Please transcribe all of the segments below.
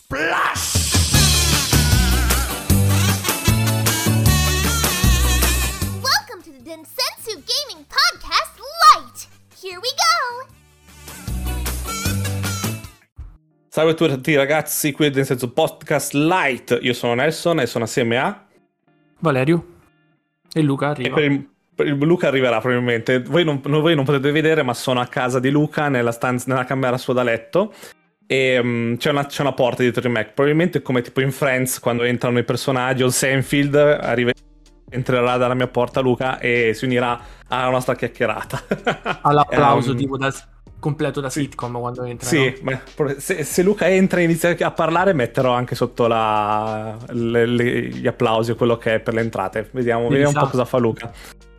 Splash! Welcome to the Densensu Gaming Podcast Lite! Here we go! Salve a tutti ragazzi, qui è Densensu Podcast Lite. Io sono Nelson e sono assieme a... Valerio. E Luca arriva. Luca arriverà probabilmente. Voi non potete vedere, ma sono a casa di Luca nella camera sua da letto. E c'è una porta dietro di me. Probabilmente come tipo in Friends, quando entrano i personaggi, o Seinfeld entrerà dalla mia porta Luca e si unirà alla nostra chiacchierata. All'applauso tipo completo da sitcom quando entra. Sì, no? se Luca entra e inizia a parlare, metterò anche sotto gli applausi o quello che è per le entrate. Vediamo un po' cosa fa Luca.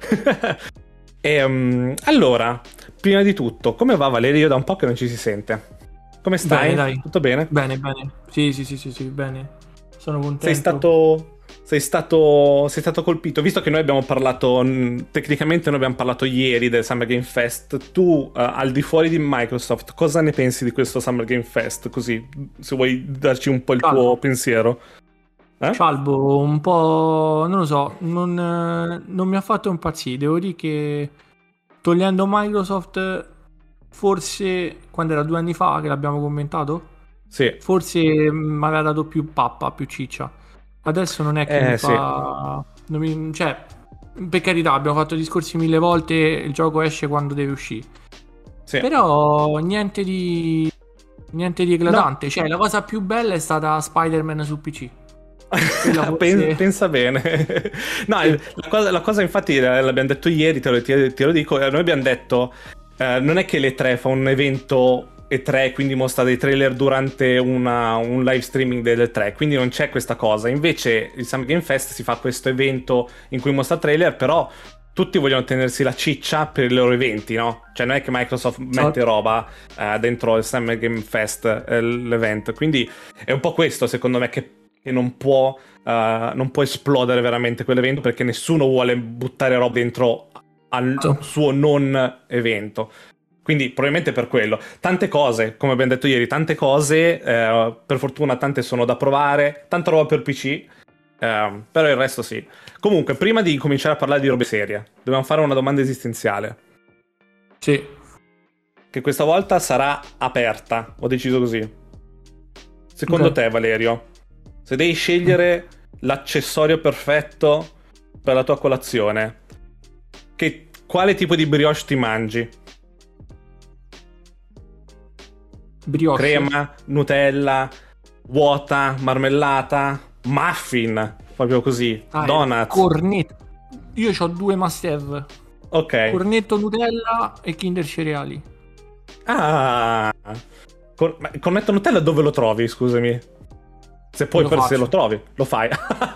Allora, prima di tutto, come va Valerio? Io da un po' che non ci si sente. Come stai? Bene, dai. Tutto bene? Bene. Sì, bene. Sono contento. Sei stato colpito, visto che noi abbiamo parlato, tecnicamente noi abbiamo parlato ieri del Summer Game Fest. Tu, al di fuori di Microsoft, cosa ne pensi di questo Summer Game Fest? Così, se vuoi darci un po' il tuo pensiero. Cialbo, un po', non lo so, non mi ha fatto impazzire. Devo dire che togliendo Microsoft, forse quando era 2 anni fa che l'abbiamo commentato, sì, forse mi aveva dato più pappa, più ciccia. Adesso non è che mi fa... cioè, per carità, abbiamo fatto discorsi 1000 volte, il gioco esce quando deve uscire. Sì. Però niente di eclatante. No. Cioè, la cosa più bella è stata Spider-Man su PC. Pensa bene. No, la cosa infatti l'abbiamo detto ieri, te lo dico, noi abbiamo detto non è che l'E3 fa un evento E3 quindi mostra dei trailer durante un live streaming dell'E3, quindi non c'è questa cosa. Invece il Summer Game Fest si fa questo evento in cui mostra trailer, però tutti vogliono tenersi la ciccia per i loro eventi, no? Cioè non è che Microsoft mette roba dentro il Summer Game Fest, l'evento, quindi è un po' questo secondo me che non può esplodere veramente quell'evento, perché nessuno vuole buttare roba dentro al suo non evento. Quindi probabilmente per quello. Tante cose, come abbiamo detto ieri, tante cose, per fortuna tante sono da provare, tanta roba per PC, però il resto sì. Comunque, prima di cominciare a parlare di robe serie, dobbiamo fare una domanda esistenziale. Sì. Che questa volta sarà aperta, ho deciso così. Secondo te, Valerio, se devi scegliere l'accessorio perfetto per la tua colazione, quale tipo di brioche ti mangi? Brioche. Crema, Nutella, vuota, marmellata, muffin, proprio così, donuts. Cornetto. Io ho 2 must-have. Ok. Cornetto Nutella e Kinder Cereali. Cornetto Nutella dove lo trovi, scusami? Se poi se lo trovi, lo fai.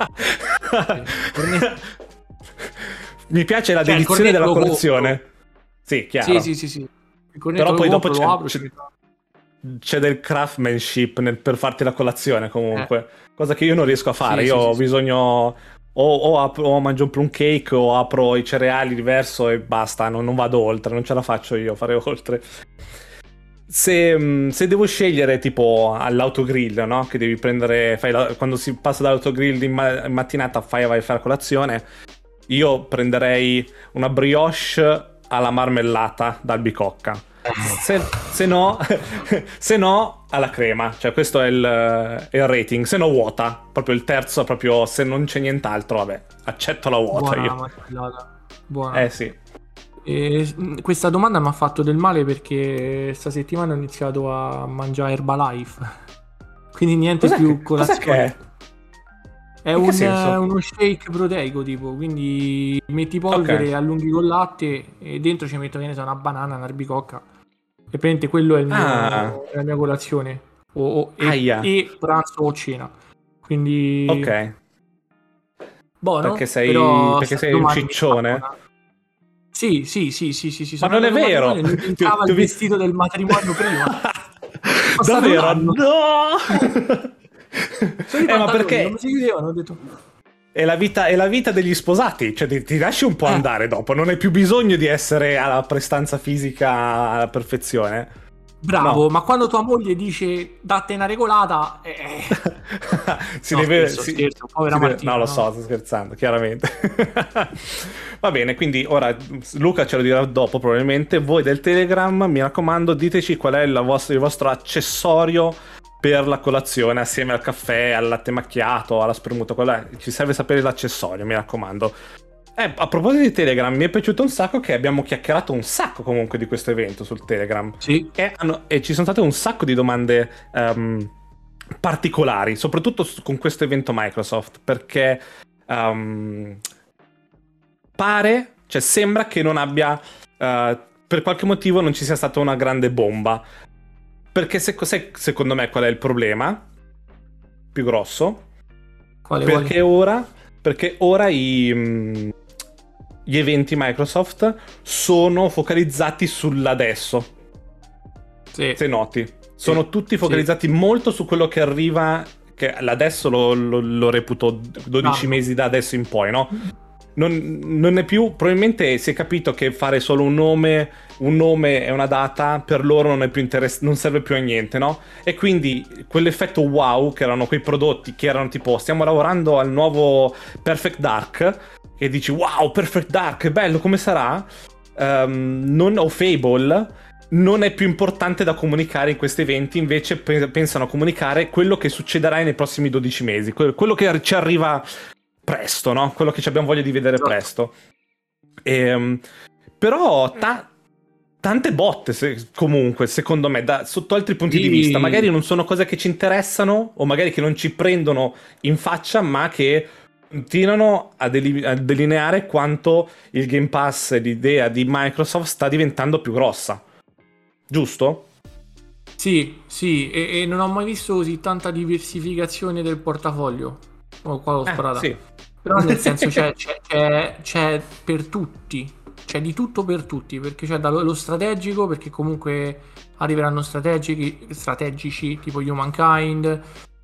Mi piace la dedizione della colazione. Sì, chiaro. Sì. Però poi dopo c'è del craftsmanship per farti la colazione comunque, cosa che io non riesco a fare. Io ho bisogno o mangio un plum cake o apro i cereali diverso e basta, non vado oltre, non ce la faccio io a fare oltre. Se devo scegliere tipo all'autogrill, no? Che devi prendere, quando si passa dall'autogrill in mattinata vai a fare colazione, io prenderei una brioche alla marmellata d'albicocca. Se no alla crema, cioè questo è il rating. Se no vuota, proprio il terzo, proprio se non c'è nient'altro, vabbè, accetto la vuota. Buona. Sì. Questa domanda mi ha fatto del male perché sta settimana ho iniziato a mangiare Herbalife, quindi niente più colazione. È uno shake proteico tipo, quindi metti polvere, allunghi con latte e dentro ci metto una banana, un'albicocca e praticamente quello è la mia colazione e pranzo o cena, quindi ok, buono, perché sei un ciccione. Sì. Ma non è vero, non entrava il vestito del matrimonio prima. Davvero? No. Ma perché non mi si chiudevano, ho detto. È la vita degli sposati, cioè ti lasci un po' andare dopo, non hai più bisogno di essere alla prestanza fisica alla perfezione. Bravo, no. Ma quando tua moglie dice datte una regolata, scherzo, povera Martina. No, lo so, sto scherzando, chiaramente. Va bene, quindi ora Luca ce lo dirà dopo probabilmente. Voi del Telegram, mi raccomando, diteci qual è il vostro accessorio per la colazione, assieme al caffè, al latte macchiato, alla spremuta. Ci serve sapere l'accessorio, mi raccomando. A proposito di Telegram, mi è piaciuto un sacco che abbiamo chiacchierato un sacco comunque di questo evento sul Telegram. Sì. E ci sono state un sacco di domande particolari, soprattutto con questo evento Microsoft, perché sembra che non abbia, per qualche motivo non ci sia stata una grande bomba. Perché secondo me qual è il problema più grosso? Perché ora gli eventi Microsoft sono focalizzati sull'adesso. Sì. Se noti, sono tutti focalizzati molto su quello che arriva, che l'adesso lo reputo 12 mesi da adesso in poi, no? Non è più, probabilmente si è capito che fare solo un nome e una data per loro non è più non serve più a niente, no? E quindi quell'effetto wow, che erano quei prodotti che erano tipo stiamo lavorando al nuovo Perfect Dark, e dici wow, Perfect Dark, è bello, come sarà? O Fable non è più importante da comunicare in questi eventi, invece pensano a comunicare quello che succederà nei prossimi 12 mesi, quello che ci arriva presto, no? Quello che abbiamo voglia di vedere presto. Però tante botte comunque, secondo me, sotto altri punti di vista. Magari non sono cose che ci interessano, o magari che non ci prendono in faccia, ma che continuano a delineare quanto il Game Pass, l'idea di Microsoft, sta diventando più grossa. Giusto? Sì, e non ho mai visto così tanta diversificazione del portafoglio. Qua l'ho sparata. Sì. Però nel senso c'è per tutti, c'è di tutto per tutti, perché c'è dallo strategico, perché comunque arriveranno strategici tipo Humankind,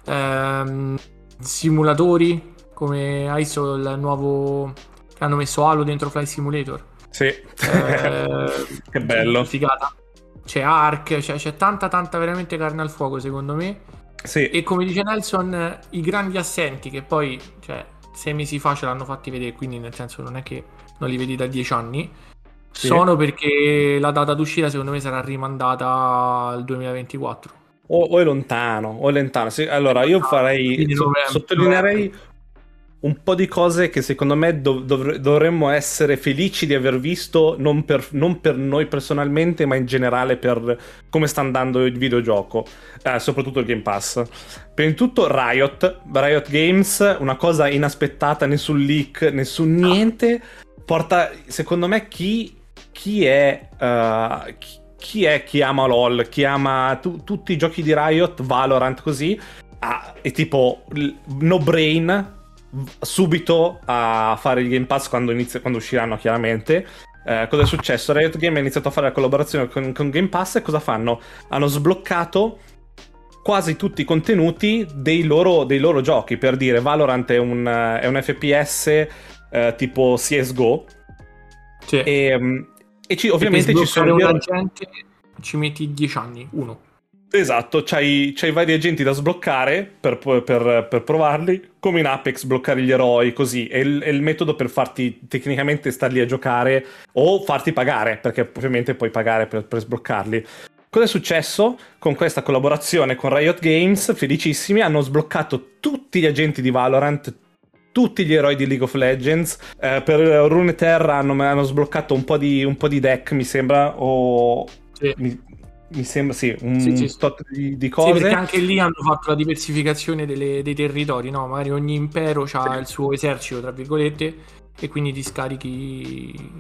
simulatori come hai visto il nuovo che hanno messo Halo dentro Flight Simulator. Sì. Che bello. Figata. C'è Ark, c'è tanta veramente carne al fuoco, secondo me. Sì. E come dice Nelson, i grandi assenti che poi 6 mesi fa ce l'hanno fatti vedere, quindi nel senso non è che non li vedi da 10 anni, sì. Sono perché la data d'uscita secondo me sarà rimandata al 2024 o è lontano. Sì, allora io sottolineerei un po' di cose che secondo me dovremmo essere felici di aver visto, non per noi personalmente, ma in generale per come sta andando il videogioco, soprattutto il Game Pass. Prima di tutto Riot Games, una cosa inaspettata, nessun leak, nessun niente, porta, secondo me, chi è chi ama LOL, chi ama tutti i giochi di Riot, Valorant, così, è tipo no brain subito a fare il Game Pass quando usciranno, chiaramente. Cosa è successo? Riot Games ha iniziato a fare la collaborazione con Game Pass, e cosa fanno? Hanno sbloccato quasi tutti i contenuti dei loro giochi. Per dire, Valorant è un FPS tipo CSGO, sì. E ovviamente ci sono una gente, ci metti 10 anni, uno. Esatto, c'hai vari agenti da sbloccare per provarli, come in Apex, bloccare gli eroi, così. È il metodo per farti tecnicamente star lì a giocare, o farti pagare, perché ovviamente puoi pagare per sbloccarli. Cosa è successo? Con questa collaborazione con Riot Games, felicissimi, hanno sbloccato tutti gli agenti di Valorant, tutti gli eroi di League of Legends. Per Runeterra hanno sbloccato un po' di deck, mi sembra, o... Sì. Mi sembra sì, tot di cose. Sì, perché anche lì hanno fatto la diversificazione dei territori, no? Magari ogni impero ha il suo esercito, tra virgolette, e quindi ti scarichi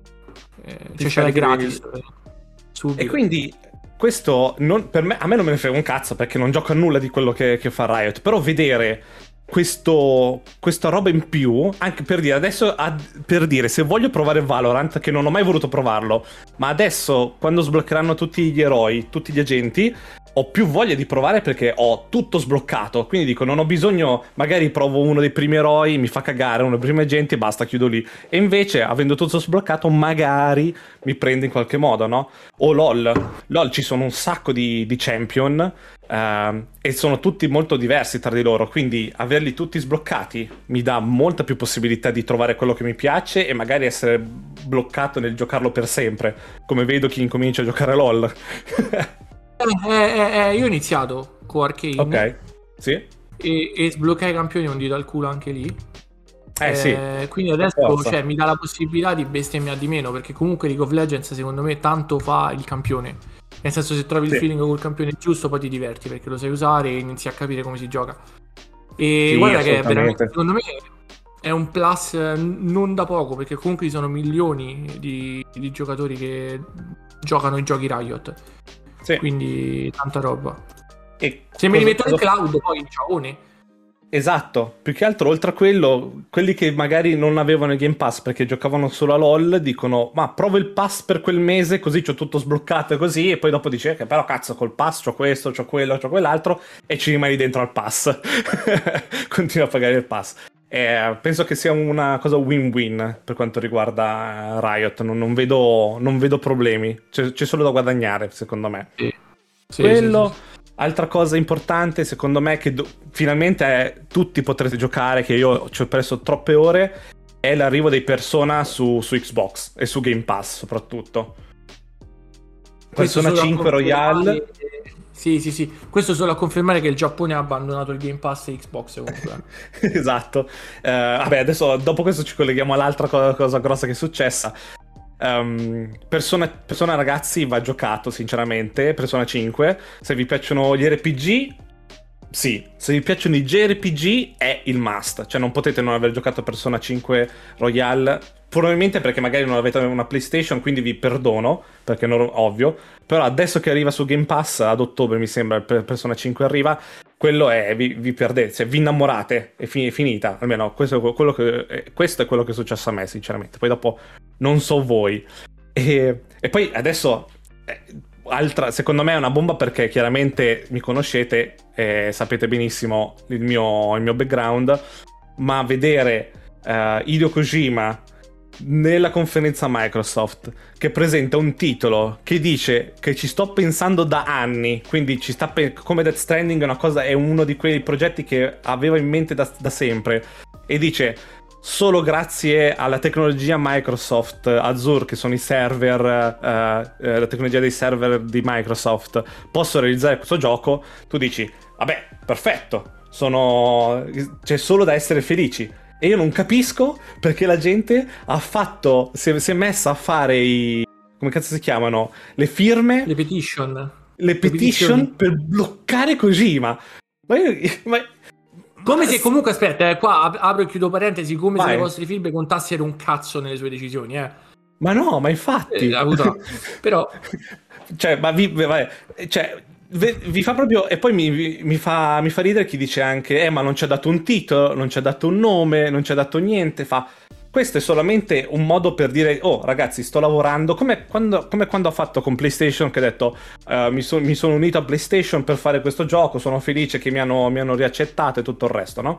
ce l'hai gratis subito. E quindi questo a me non me ne frega un cazzo, perché non gioco a nulla di quello che fa Riot, però vedere questa roba in più, anche per dire adesso, per dire se voglio provare Valorant, che non ho mai voluto provarlo, ma adesso quando sbloccheranno tutti gli eroi, tutti gli agenti, ho più voglia di provare perché ho tutto sbloccato, quindi dico non ho bisogno, magari provo uno dei primi eroi, mi fa cagare uno dei primi agenti e basta, chiudo lì. E invece avendo tutto sbloccato magari mi prende in qualche modo, no? O LOL ci sono un sacco di champion e sono tutti molto diversi tra di loro, quindi averli tutti sbloccati mi dà molta più possibilità di trovare quello che mi piace e magari essere bloccato nel giocarlo per sempre, come vedo chi incomincia a giocare LOL. Io ho iniziato con Arcane, ok, sì, e sbloccare i campioni è un dito al culo anche lì. Sì, quindi adesso mi dà la possibilità di bestemmiare di meno, perché comunque League of Legends secondo me tanto fa il campione, nel senso se trovi il feeling col campione giusto poi ti diverti perché lo sai usare e inizi a capire come si gioca. E guarda che veramente, secondo me è un plus non da poco, perché comunque ci sono milioni di giocatori che giocano i giochi Riot. Sì. Quindi tanta roba. E se mi rimetto in cloud poi ciaone. Esatto, più che altro oltre a quello, quelli che magari non avevano il Game Pass perché giocavano solo a LOL dicono ma provo il pass per quel mese così c'ho tutto sbloccato e così, e poi dopo dice che però cazzo col pass c'ho questo, c'ho quello, c'ho quell'altro e ci rimani dentro al pass. Continua a pagare il pass. Penso che sia una cosa win-win per quanto riguarda Riot, non vedo problemi, c'è solo da guadagnare secondo me. Sì, quello sì. Altra cosa importante secondo me che finalmente tutti potrete giocare, che io ci ho perso troppe ore, è l'arrivo dei Persona su Xbox e su Game Pass soprattutto. Persona 5 Royale. Sì. Questo solo a confermare che il Giappone ha abbandonato il Game Pass e Xbox comunque. Esatto. Vabbè, adesso dopo questo ci colleghiamo all'altra cosa grossa che è successa. Persona ragazzi va giocato sinceramente. Persona 5. Se vi piacciono gli RPG, sì. Se vi piacciono i JRPG è il must. Cioè non potete non aver giocato Persona 5 Royale. Probabilmente perché magari non avete una PlayStation, quindi vi perdono, perché non ovvio. Però adesso che arriva su Game Pass ad ottobre mi sembra Persona 5 arriva, quello è vi perdete, cioè vi innamorate, è finita. Almeno questo è quello che è successo a me sinceramente. Poi dopo non so voi. E poi adesso secondo me è una bomba perché chiaramente mi conoscete, sapete benissimo il mio background, ma vedere Hideo Kojima nella conferenza Microsoft che presenta un titolo che dice che ci sto pensando da anni, quindi ci sta come Death Stranding è uno di quei progetti che aveva in mente da sempre, e dice solo grazie alla tecnologia Microsoft Azure, che sono i server, la tecnologia dei server di Microsoft, posso realizzare questo gioco. Tu dici vabbè, perfetto, c'è solo da essere felici. E io non capisco perché la gente si è messa a fare come cazzo si chiamano? Le firme? Le petition. Le petition per bloccare Kojima. Come se comunque, aspetta, qua apro e chiudo parentesi, come se le vostre firme contassero un cazzo nelle sue decisioni, Ma no, ma infatti. Però cioè, ma vi fa proprio, e poi mi fa ridere chi dice anche ma non ci ha dato un titolo, non ci ha dato un nome, non ci ha dato niente. Questo è solamente un modo per dire oh ragazzi sto lavorando, come quando ho fatto con PlayStation, che ho detto mi sono unito a PlayStation per fare questo gioco, sono felice che mi hanno riaccettato e tutto il resto, no?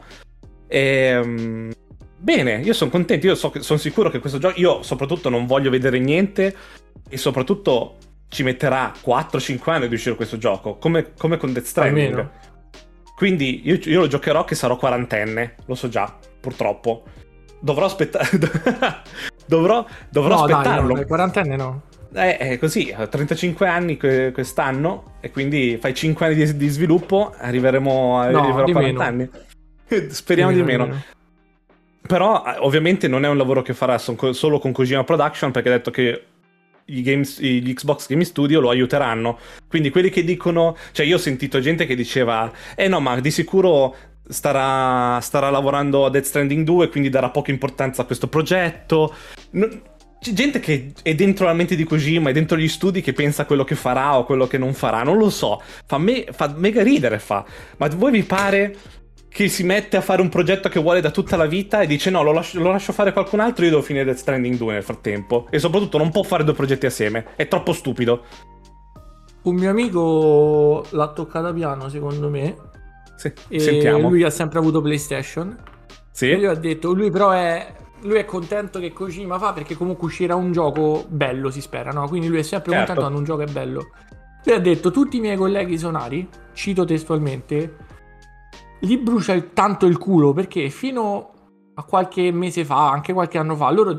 Bene, io sono contento, sono sicuro che questo gioco, io soprattutto non voglio vedere niente, e soprattutto ci metterà 4-5 anni ad uscire questo gioco, come con Death Stranding. Almeno. Quindi io lo giocherò che sarò quarantenne, lo so già, purtroppo. Dovrò aspettare. dovrò aspettarlo. Dai, quarantenne no. È così, 35 anni quest'anno, e quindi fai 5 anni di sviluppo, arriveremo a 40 anni. Speriamo di meno. Però ovviamente non è un lavoro che farà solo con Kojima Production, perché ha detto che gli Xbox Game Studio lo aiuteranno. Quindi quelli che dicono, cioè io ho sentito gente che diceva no, ma di sicuro starà lavorando a Death Stranding 2, quindi darà poca importanza a questo progetto. C'è gente che è dentro la mente di Kojima, è dentro gli studi, che pensa a quello che farà o quello che non farà, non lo so. Fa mega ridere, ma voi vi pare che si mette a fare un progetto che vuole da tutta la vita e dice no, lo lascio fare qualcun altro, io devo finire Death Stranding 2 nel frattempo. E soprattutto non può fare 2 progetti assieme, è troppo stupido. Un mio amico l'ha toccata piano, secondo me. Sì, e sentiamo. Lui ha sempre avuto PlayStation. Sì. E lui ha detto, lui è contento che Kojima fa, perché comunque uscirà un gioco bello, si spera, no? Quindi lui è sempre contento quando un gioco è bello. Lui ha detto, tutti i miei colleghi sonari, cito testualmente, gli brucia tanto il culo, perché fino a qualche mese fa, anche qualche anno fa, loro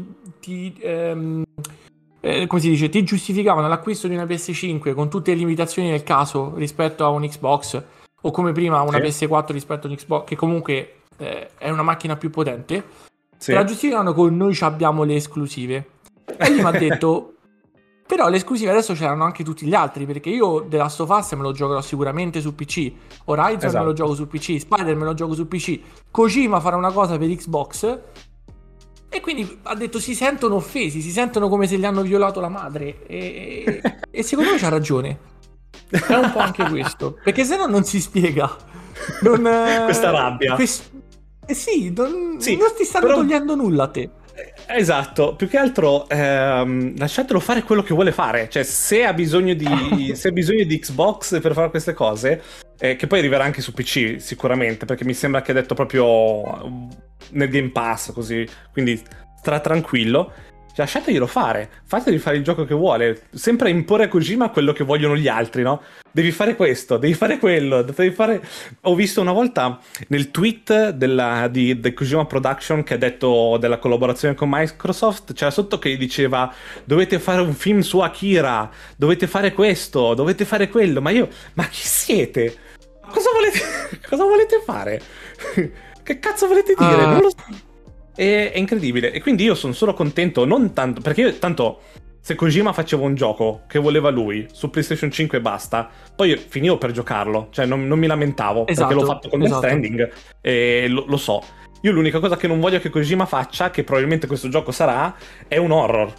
come si dice, ti giustificavano l'acquisto di una PS5 con tutte le limitazioni del caso rispetto a un Xbox, o come prima una PS4 rispetto a un Xbox, che comunque è una macchina più potente. Te la giustificavano con noi abbiamo le esclusive. E lui mi ha detto però le esclusive adesso c'erano anche tutti gli altri, perché io The Last of Us me lo giocherò sicuramente su PC, Horizon me lo gioco su PC, Spider me lo gioco su PC, Kojima farà una cosa per Xbox. E quindi ha detto si sentono offesi, si sentono come se gli hanno violato la madre. E secondo me c'ha ragione. È un po' anche questo, perché se no non si spiega. Questa rabbia. Sì, non ti stanno togliendo nulla a te. Esatto, più che altro lasciatelo fare quello che vuole fare. Cioè, se ha bisogno di Xbox per fare queste cose, che poi arriverà anche su PC sicuramente, perché mi sembra che ha detto proprio nel Game Pass, così, quindi tranquillo. Lasciateglielo fare, fategli fare il gioco che vuole, sempre imporre a Kojima quello che vogliono gli altri, no? Devi fare questo, devi fare quello, devi fare... Ho visto una volta nel tweet di Kojima Production che ha detto della collaborazione con Microsoft, c'era sotto che diceva dovete fare un film su Akira, dovete fare questo, dovete fare quello, ma chi siete? Cosa volete fare? Che cazzo volete dire? Non lo so. È incredibile, e quindi io sono solo contento, non tanto perché io tanto se Kojima faceva un gioco che voleva lui su PlayStation 5 e basta, poi io finivo per giocarlo, cioè non mi lamentavo, perché l'ho fatto con Death Stranding e lo so. Io l'unica cosa che non voglio che Kojima faccia, che probabilmente questo gioco sarà, è un horror.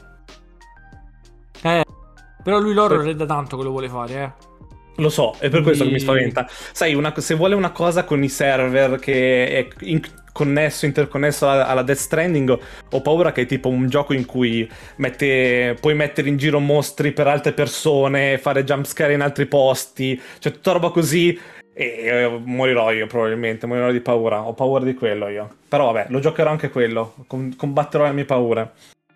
Però lui l'horror è da tanto che lo vuole fare, Lo so, è per questo che mi spaventa. Sai, se vuole una cosa con i server che è interconnesso alla Death Stranding, ho paura che è tipo un gioco in cui puoi mettere in giro mostri per altre persone, fare jumpscare in altri posti, cioè tutta roba così, e morirò io probabilmente, morirò di paura. Ho paura di quello io. Però vabbè, lo giocherò anche quello, combatterò le mie paure.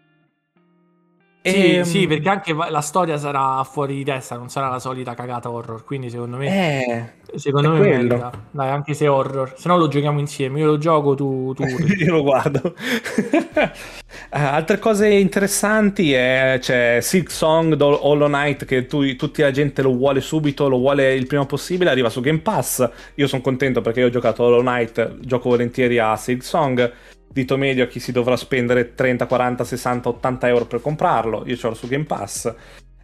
Sì, perché anche la storia sarà fuori di testa, non sarà la solita cagata horror, quindi secondo me merita. Dai, anche se horror, se no lo giochiamo insieme, io lo gioco, tu io lo guardo. Altre cose interessanti c'è Silksong Hollow Knight, che tutti la gente lo vuole subito, lo vuole il prima possibile, arriva su Game Pass. Io sono contento perché io ho giocato Hollow Knight, gioco volentieri a Silksong. Dito medio a chi si dovrà spendere 30, 40, 60, 80 euro per comprarlo. Io ce l'ho su Game Pass.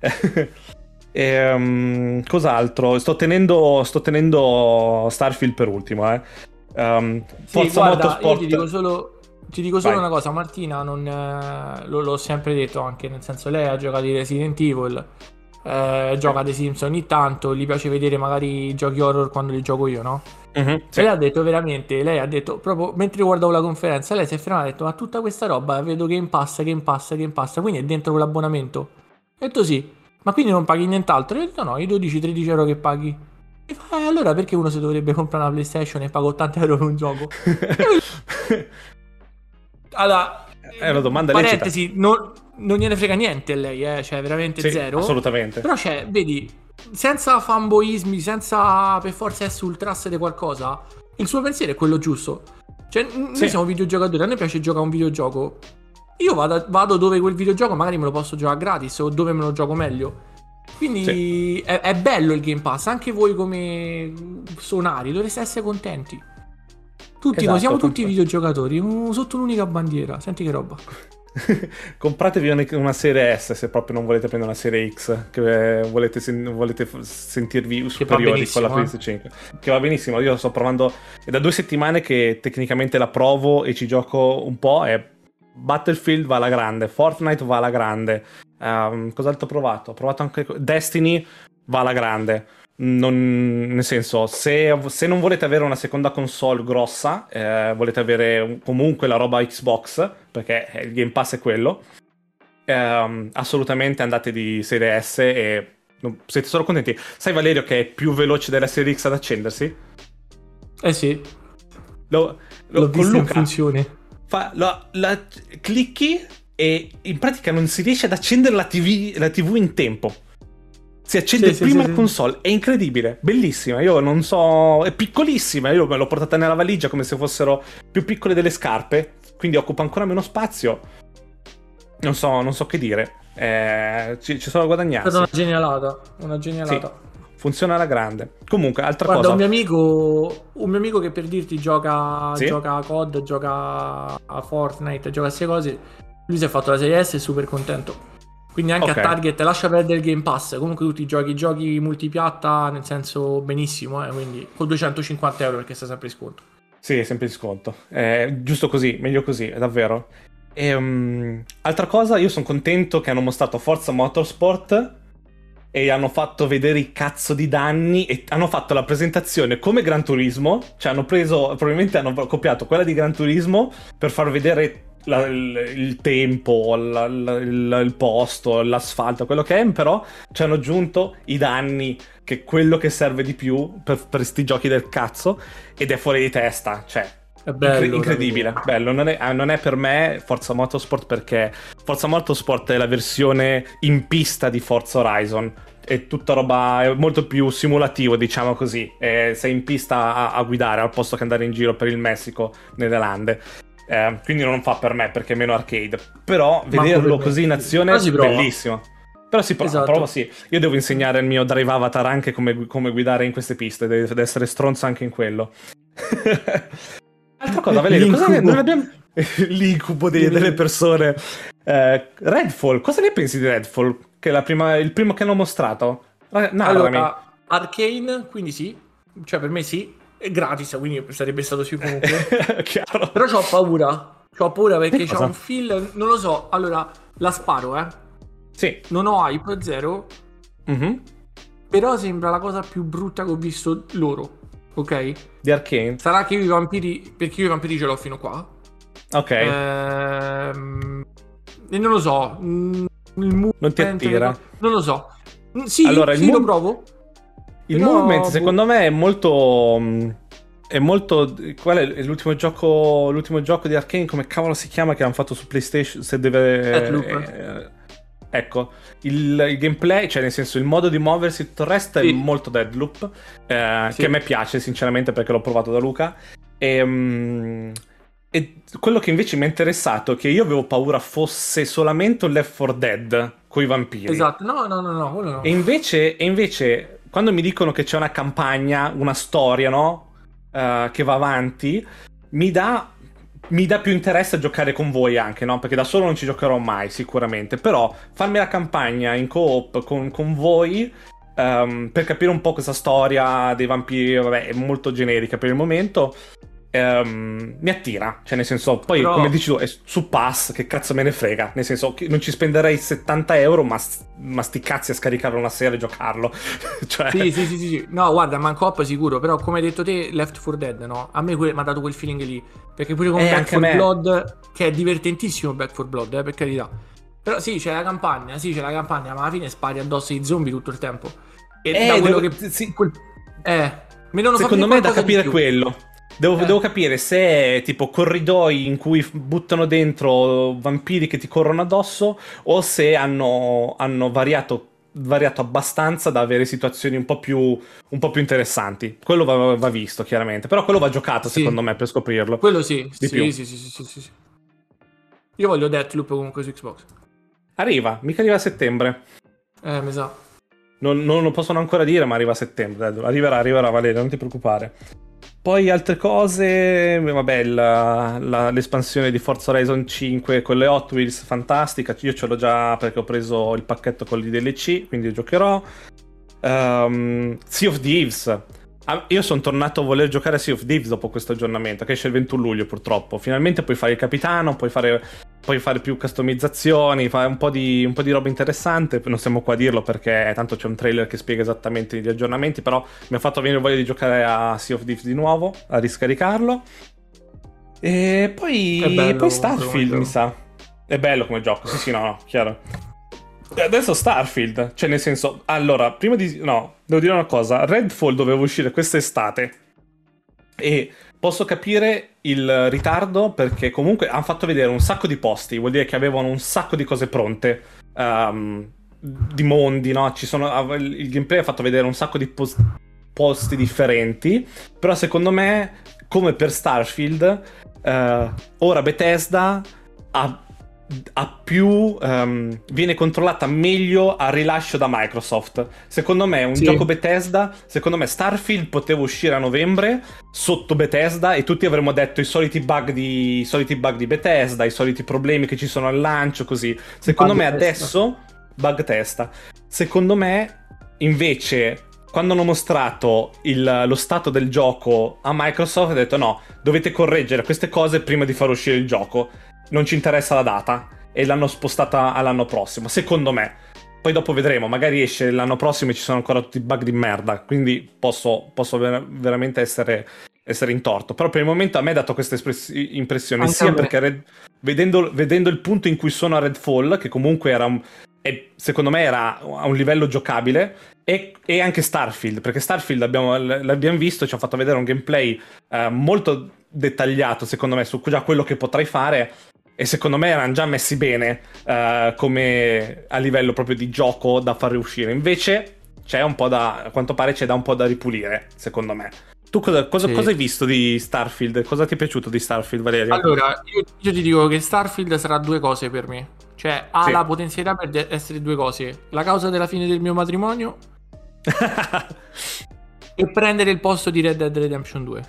Cos'altro? Sto tenendo Starfield per ultimo. Forza Motorsport. Io ti dico solo una cosa. Martina l'ho sempre detto, anche nel senso, lei ha giocato i Resident Evil, gioca The Sims ogni tanto, gli piace vedere magari i giochi horror quando li gioco io, no? Sì. Lei ha detto proprio mentre guardavo la conferenza, lei si è fermata e ha detto ma tutta questa roba vedo Game Pass, quindi è dentro quell'abbonamento. Ho detto sì, ma quindi non paghi nient'altro? Io ho detto no, i 12-13 euro che paghi. E fa, allora perché uno si dovrebbe comprare una PlayStation e paga 80 euro per un gioco? Allora, è una domanda parentesi, non gliene frega niente a lei, cioè veramente zero. Assolutamente. Però vedi, senza fanboismi, senza per forza essere ultras di qualcosa, il suo pensiero è quello giusto. Cioè, noi siamo videogiocatori, a noi piace giocare a un videogioco. Io vado dove quel videogioco magari me lo posso giocare gratis o dove me lo gioco meglio. Quindi è bello il Game Pass, anche voi come sonari dovreste essere contenti. Tutti noi siamo tutti videogiocatori sotto un'unica bandiera. Senti che roba. Compratevi una serie S se proprio non volete prendere una serie X, che volete sentirvi superiori con la PlayStation 5, che va benissimo. Io sto provando, è da 2 settimane che tecnicamente la provo e ci gioco un po', e Battlefield va alla grande, Fortnite va alla grande, cos'altro ho provato? Ho provato anche Destiny, va alla grande. nel senso, se non volete avere una seconda console grossa, volete avere comunque la roba Xbox, perché il Game Pass è quello, assolutamente andate di Serie S e siete solo contenti. Sai Valerio che è più veloce della Serie X ad accendersi? Sì. L'ho visto con Luca, in funzione. La clicchi e in pratica non si riesce ad accendere la TV in tempo. Si accende prima la console, è incredibile, bellissima, io non so, è piccolissima, io me l'ho portata nella valigia come se fossero più piccole delle scarpe, quindi occupa ancora meno spazio, non so che dire, ci sono da guadagnarsi. È stata una genialata. Sì, funziona alla grande. Comunque, altra cosa. Un mio amico che per dirti gioca a COD, gioca a Fortnite, gioca a queste cose, lui si è fatto la Serie S e è super contento. Quindi anche a Target lascia perdere il Game Pass. Comunque tutti i giochi multipiatta, nel senso benissimo, quindi con 250 euro perché sta sempre in sconto. Sì, è sempre in sconto. Giusto così, meglio così, davvero. Altra cosa, io sono contento che hanno mostrato Forza Motorsport e hanno fatto vedere i cazzo di danni e hanno fatto la presentazione come Gran Turismo, cioè probabilmente hanno copiato quella di Gran Turismo per far vedere il tempo, il posto, l'asfalto, quello che è, però ci hanno aggiunto i danni, che è quello che serve di più per sti giochi del cazzo, ed è fuori di testa, cioè è bello, incredibile, bello. Non è per me Forza Motorsport, perché Forza Motorsport è la versione in pista di Forza Horizon, è tutta roba, è molto più simulativo, diciamo così, sei in pista a guidare al posto che andare in giro per il Messico, nelle lande. Quindi non fa per me perché è meno arcade, però vederlo così in azione è bellissimo. Però si prova, esatto. Sì. Io devo insegnare il mio Drive Avatar anche come guidare in queste piste, deve essere stronzo anche in quello. Altra cosa, Valerio, non abbiamo l'incubo delle persone. Redfall, cosa ne pensi di Redfall? Che è il primo che hanno mostrato? Allora, Arcane, quindi sì, cioè per me sì. È gratis, quindi sarebbe stato sì comunque. Chiaro. Però c'ho paura perché c'ho un feel, non lo so. Allora, la sparo, Sì. Non ho hype, zero. Mm-hmm. Però sembra la cosa più brutta che ho visto loro, ok? Di Arcane. Sarà che io i vampiri, perché io i vampiri ce l'ho fino qua. Ok. E non lo so. Non ti attira? Non lo so. Sì, allora, lo provo. Il movement secondo me è molto. Qual è l'ultimo gioco di Arcane? Come cavolo si chiama? Che hanno fatto su PlayStation? Se deve. Ecco, il gameplay, cioè nel senso il modo di muoversi, tutto il resto è molto Deadloop. Che a me piace sinceramente perché l'ho provato da Luca. E quello che invece mi è interessato, che io avevo paura fosse solamente un Left 4 Dead coi vampiri. Esatto, no, quello no. E invece quando mi dicono che c'è una campagna, una storia, no? Che va avanti, mi dà più interesse a giocare con voi anche, no? Perché da solo non ci giocherò mai, sicuramente. Però farmi la campagna in co-op con voi, per capire un po' questa storia dei vampiri, vabbè, è molto generica per il momento, mi attira, cioè nel senso, poi come dici tu è su Pass, che cazzo me ne frega, nel senso non ci spenderei 70 euro, ma sti cazzi a scaricarlo una sera e giocarlo. Cioè... sì, no guarda, manco up sicuro, però come hai detto te Left 4 Dead, no? A me mi ha dato quel feeling lì, perché pure con Back 4 Blood, che è divertentissimo Back 4 Blood, per carità, però sì c'è la campagna, ma alla fine spari addosso ai zombie tutto il tempo, e da quello che secondo me è da capire quello. Devo capire se è tipo corridoi in cui buttano dentro vampiri che ti corrono addosso, o se hanno variato abbastanza da avere situazioni un po' più interessanti. Quello va visto chiaramente, però quello va giocato secondo me per scoprirlo. Quello sì. Io voglio Deathloop comunque su Xbox. Mica arriva a settembre. Mi sa. Non lo possono ancora dire, ma arriva a settembre. Arriverà Valerio, non ti preoccupare. Poi altre cose, vabbè, l'espansione di Forza Horizon 5 con le Hot Wheels, fantastica. Io ce l'ho già perché ho preso il pacchetto con i DLC, quindi giocherò. Sea of Thieves, Io sono tornato a voler giocare a Sea of Thieves dopo questo aggiornamento, che esce il 21 luglio purtroppo. Finalmente puoi fare il capitano, puoi fare più customizzazioni, fare un po' di roba interessante. Non stiamo qua a dirlo perché tanto c'è un trailer che spiega esattamente gli aggiornamenti, però mi ha fatto venire voglia di giocare a Sea of Thieves di nuovo, a riscaricarlo. E poi Starfield, mi sa. È bello come gioco, sì, no, chiaro. E adesso Starfield, cioè nel senso, allora, devo dire una cosa, Redfall doveva uscire quest'estate e posso capire il ritardo perché comunque hanno fatto vedere un sacco di posti, vuol dire che avevano un sacco di cose pronte, di mondi, no? Il gameplay ha fatto vedere un sacco di posti differenti, però secondo me, come per Starfield, ora Bethesda viene controllata meglio al rilascio da Microsoft. Secondo me un gioco Bethesda, secondo me Starfield poteva uscire a novembre sotto Bethesda e tutti avremmo detto i soliti bug di Bethesda, i soliti problemi che ci sono al lancio, così. Secondo me adesso bug testa. Secondo me invece quando hanno mostrato lo stato del gioco a Microsoft ha detto no, dovete correggere queste cose prima di far uscire il gioco. Non ci interessa la data e l'hanno spostata all'anno prossimo, secondo me. Poi dopo vedremo, magari esce l'anno prossimo e ci sono ancora tutti i bug di merda, quindi posso veramente essere in torto. Però per il momento a me ha dato questa impressione, anche sia perché vedendo il punto in cui sono a Redfall, che comunque secondo me era a un livello giocabile, e anche Starfield, perché Starfield l'abbiamo visto, ci ha fatto vedere un gameplay molto dettagliato secondo me su già quello che potrai fare. E secondo me erano già messi bene come a livello proprio di gioco da far riuscire. Invece a quanto pare c'è da un po' da ripulire, secondo me. Tu cosa hai visto di Starfield? Cosa ti è piaciuto di Starfield, Valerio? Allora, io ti dico che Starfield sarà due cose per me. Cioè, ha la potenzialità per essere due cose. La causa della fine del mio matrimonio e prendere il posto di Red Dead Redemption 2.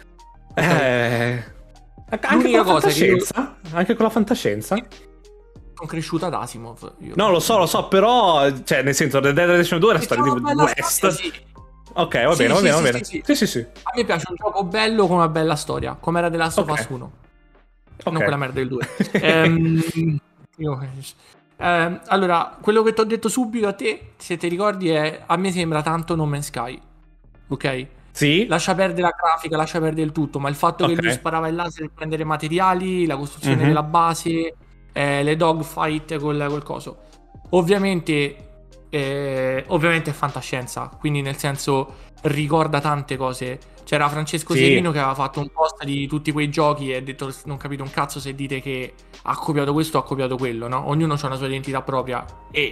Anche con la fantascienza? Anche con la fantascienza? Sono cresciuto ad Asimov. No, lo so, però cioè, nel senso, Red Dead Redemption 2 è la storia di West. Sì. Ok, va bene. Sì. A me piace un gioco bello con una bella storia, come era The Last of Us 1. Non quella merda del 2. Allora, quello che ti ho detto subito a te, se ti ricordi, è a me sembra tanto No Man's Sky. Ok? Sì. Lascia perdere la grafica, lascia perdere il tutto, ma il fatto che lui sparava il laser per prendere materiali, la costruzione della base, le dogfight col coso. Ovviamente è fantascienza, quindi nel senso ricorda tante cose. C'era Francesco Serino che aveva fatto un post di tutti quei giochi e ha detto non capite un cazzo se dite che ha copiato questo o ha copiato quello, no? Ognuno ha una sua identità propria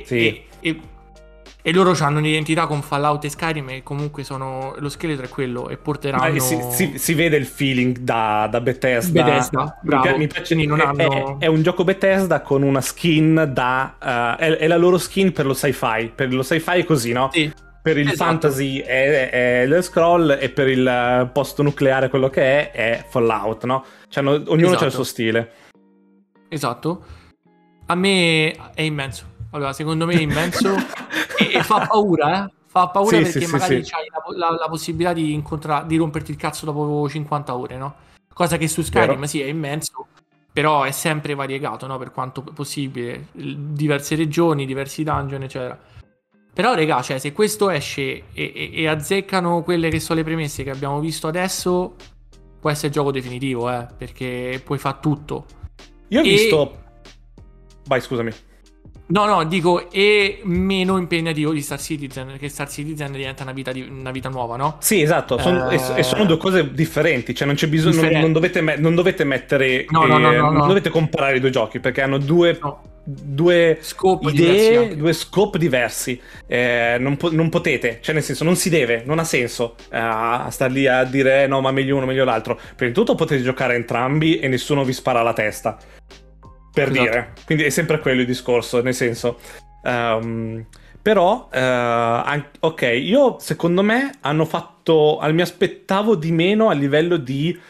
e loro hanno un'identità con Fallout e Skyrim e comunque lo scheletro è quello e porteranno... Si vede il feeling da Bethesda. Bravo. Mi piace, è un gioco Bethesda con una skin è la loro skin per lo sci-fi. Per lo sci-fi è così, no? Sì. Per il fantasy è le scroll e per il post-nucleare quello che è Fallout, no? Ognuno ha il suo stile. Esatto. A me è immenso. Allora, secondo me è immenso e fa paura, Fa paura perché magari c'hai la possibilità di romperti il cazzo dopo 50 ore, no? Cosa che su Skyrim è immenso, però è sempre variegato, no? Per quanto possibile, diverse regioni, diversi dungeon, eccetera. Però, regà, cioè, se questo esce e azzeccano quelle che sono le premesse che abbiamo visto adesso, può essere il gioco definitivo, perché puoi fare tutto. Io ho visto... Vai, scusami. No, dico, è meno impegnativo di Star Citizen, perché Star Citizen diventa una vita nuova, no? Sì, esatto, e sono due cose differenti, cioè non c'è bisogno, non dovete mettere, non dovete comparare i due giochi, perché hanno due scope idee, due scope diversi, non potete, cioè nel senso non si deve, non ha senso a star lì a dire no ma meglio uno, meglio l'altro. Prima di tutto potete giocare entrambi e nessuno vi spara alla testa, per dire, quindi è sempre quello il discorso, nel senso però ok, io secondo me hanno fatto, mi aspettavo di meno a livello di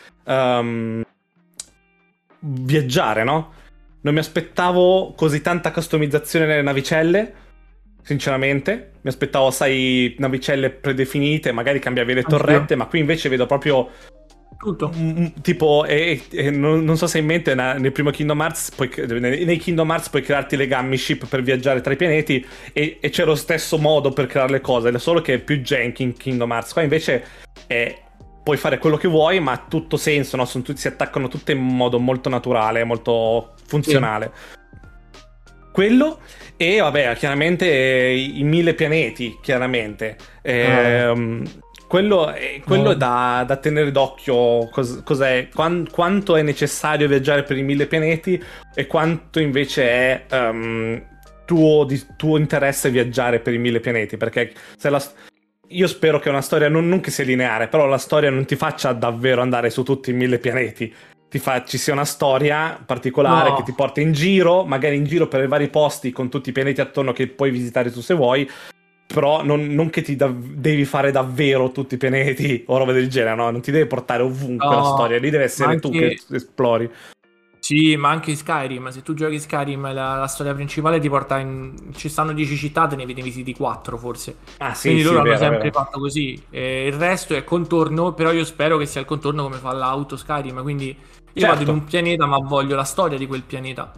viaggiare, no? Non mi aspettavo così tanta customizzazione nelle navicelle. sinceramente. Mi aspettavo, sai, navicelle predefinite, magari cambiavi le torrette, ma qui invece vedo proprio tutto. Tipo, non so se hai in mente, nel primo Kingdom Hearts, nei Kingdom Hearts puoi crearti le gummy ship per viaggiare tra i pianeti, e c'è lo stesso modo per creare le cose, solo che è più janky in Kingdom Hearts. Qua invece puoi fare quello che vuoi, ma ha tutto senso, no? Si attaccano tutte in modo molto naturale, molto funzionale. Sì. Quello, e vabbè, chiaramente i 1000 pianeti, chiaramente. Quello è da tenere d'occhio, cos'è, quanto è necessario viaggiare per i 1000 pianeti e quanto invece è tuo interesse viaggiare per i 1000 pianeti, perché io spero che una storia non che sia lineare, però la storia non ti faccia davvero andare su tutti i 1000 pianeti. Ci sia una storia particolare che ti porta in giro, magari in giro per i vari posti con tutti i pianeti attorno che puoi visitare tu se vuoi, però non che devi fare davvero tutti i pianeti o roba del genere, no? Non ti deve portare ovunque la storia, lì deve essere tu che esplori. Sì, ma anche in Skyrim, se tu giochi Skyrim la storia principale ti porta ci stanno 10 città, te ne visiti 4 forse. Quindi loro hanno sempre fatto così, il resto è contorno, però io spero che sia il contorno come fa l'auto Skyrim, quindi io vado in un pianeta ma voglio la storia di quel pianeta.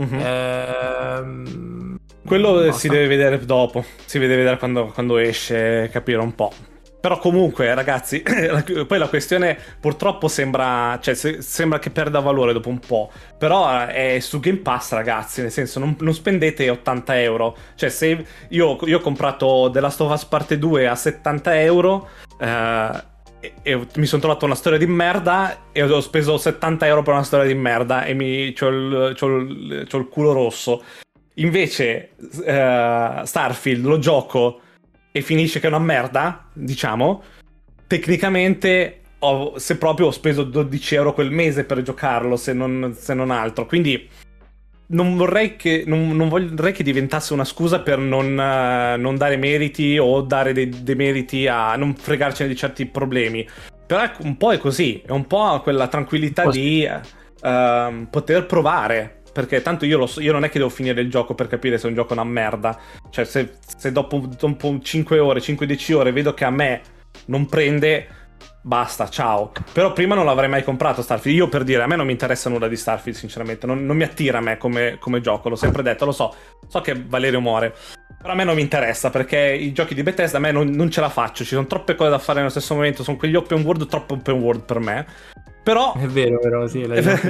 Quello basta. Si deve vedere dopo, si deve vedere quando esce, capire un po'. Però comunque, ragazzi, poi la questione purtroppo sembra che perda valore dopo un po'. Però è su Game Pass, ragazzi, nel senso non spendete 80 euro. Cioè, se io ho comprato The Last of Us Parte 2 a 70 euro e mi sono trovato una storia di merda e ho speso 70 euro per una storia di merda e c'ho il culo rosso. Invece Starfield lo gioco e finisce che è una merda, diciamo, tecnicamente se proprio ho speso 12 euro quel mese per giocarlo, se non altro. Quindi non vorrei che diventasse una scusa per non dare meriti o dare dei meriti a non fregarcene di certi problemi. Però un po' è così, è un po' quella tranquillità di poter provare. Perché tanto io non è che devo finire il gioco per capire se un gioco è una merda. Cioè se dopo 5-10 ore vedo che a me non prende, basta, ciao. Però prima non l'avrei mai comprato Starfield. Io, per dire, a me non mi interessa nulla di Starfield, sinceramente. Non mi attira a me come gioco, l'ho sempre detto, lo so. So che Valerio muore, però a me non mi interessa, perché i giochi di Bethesda a me non ce la faccio. Ci sono troppe cose da fare nello stesso momento. Sono quegli open world, troppo open world per me. Però è vero, sì,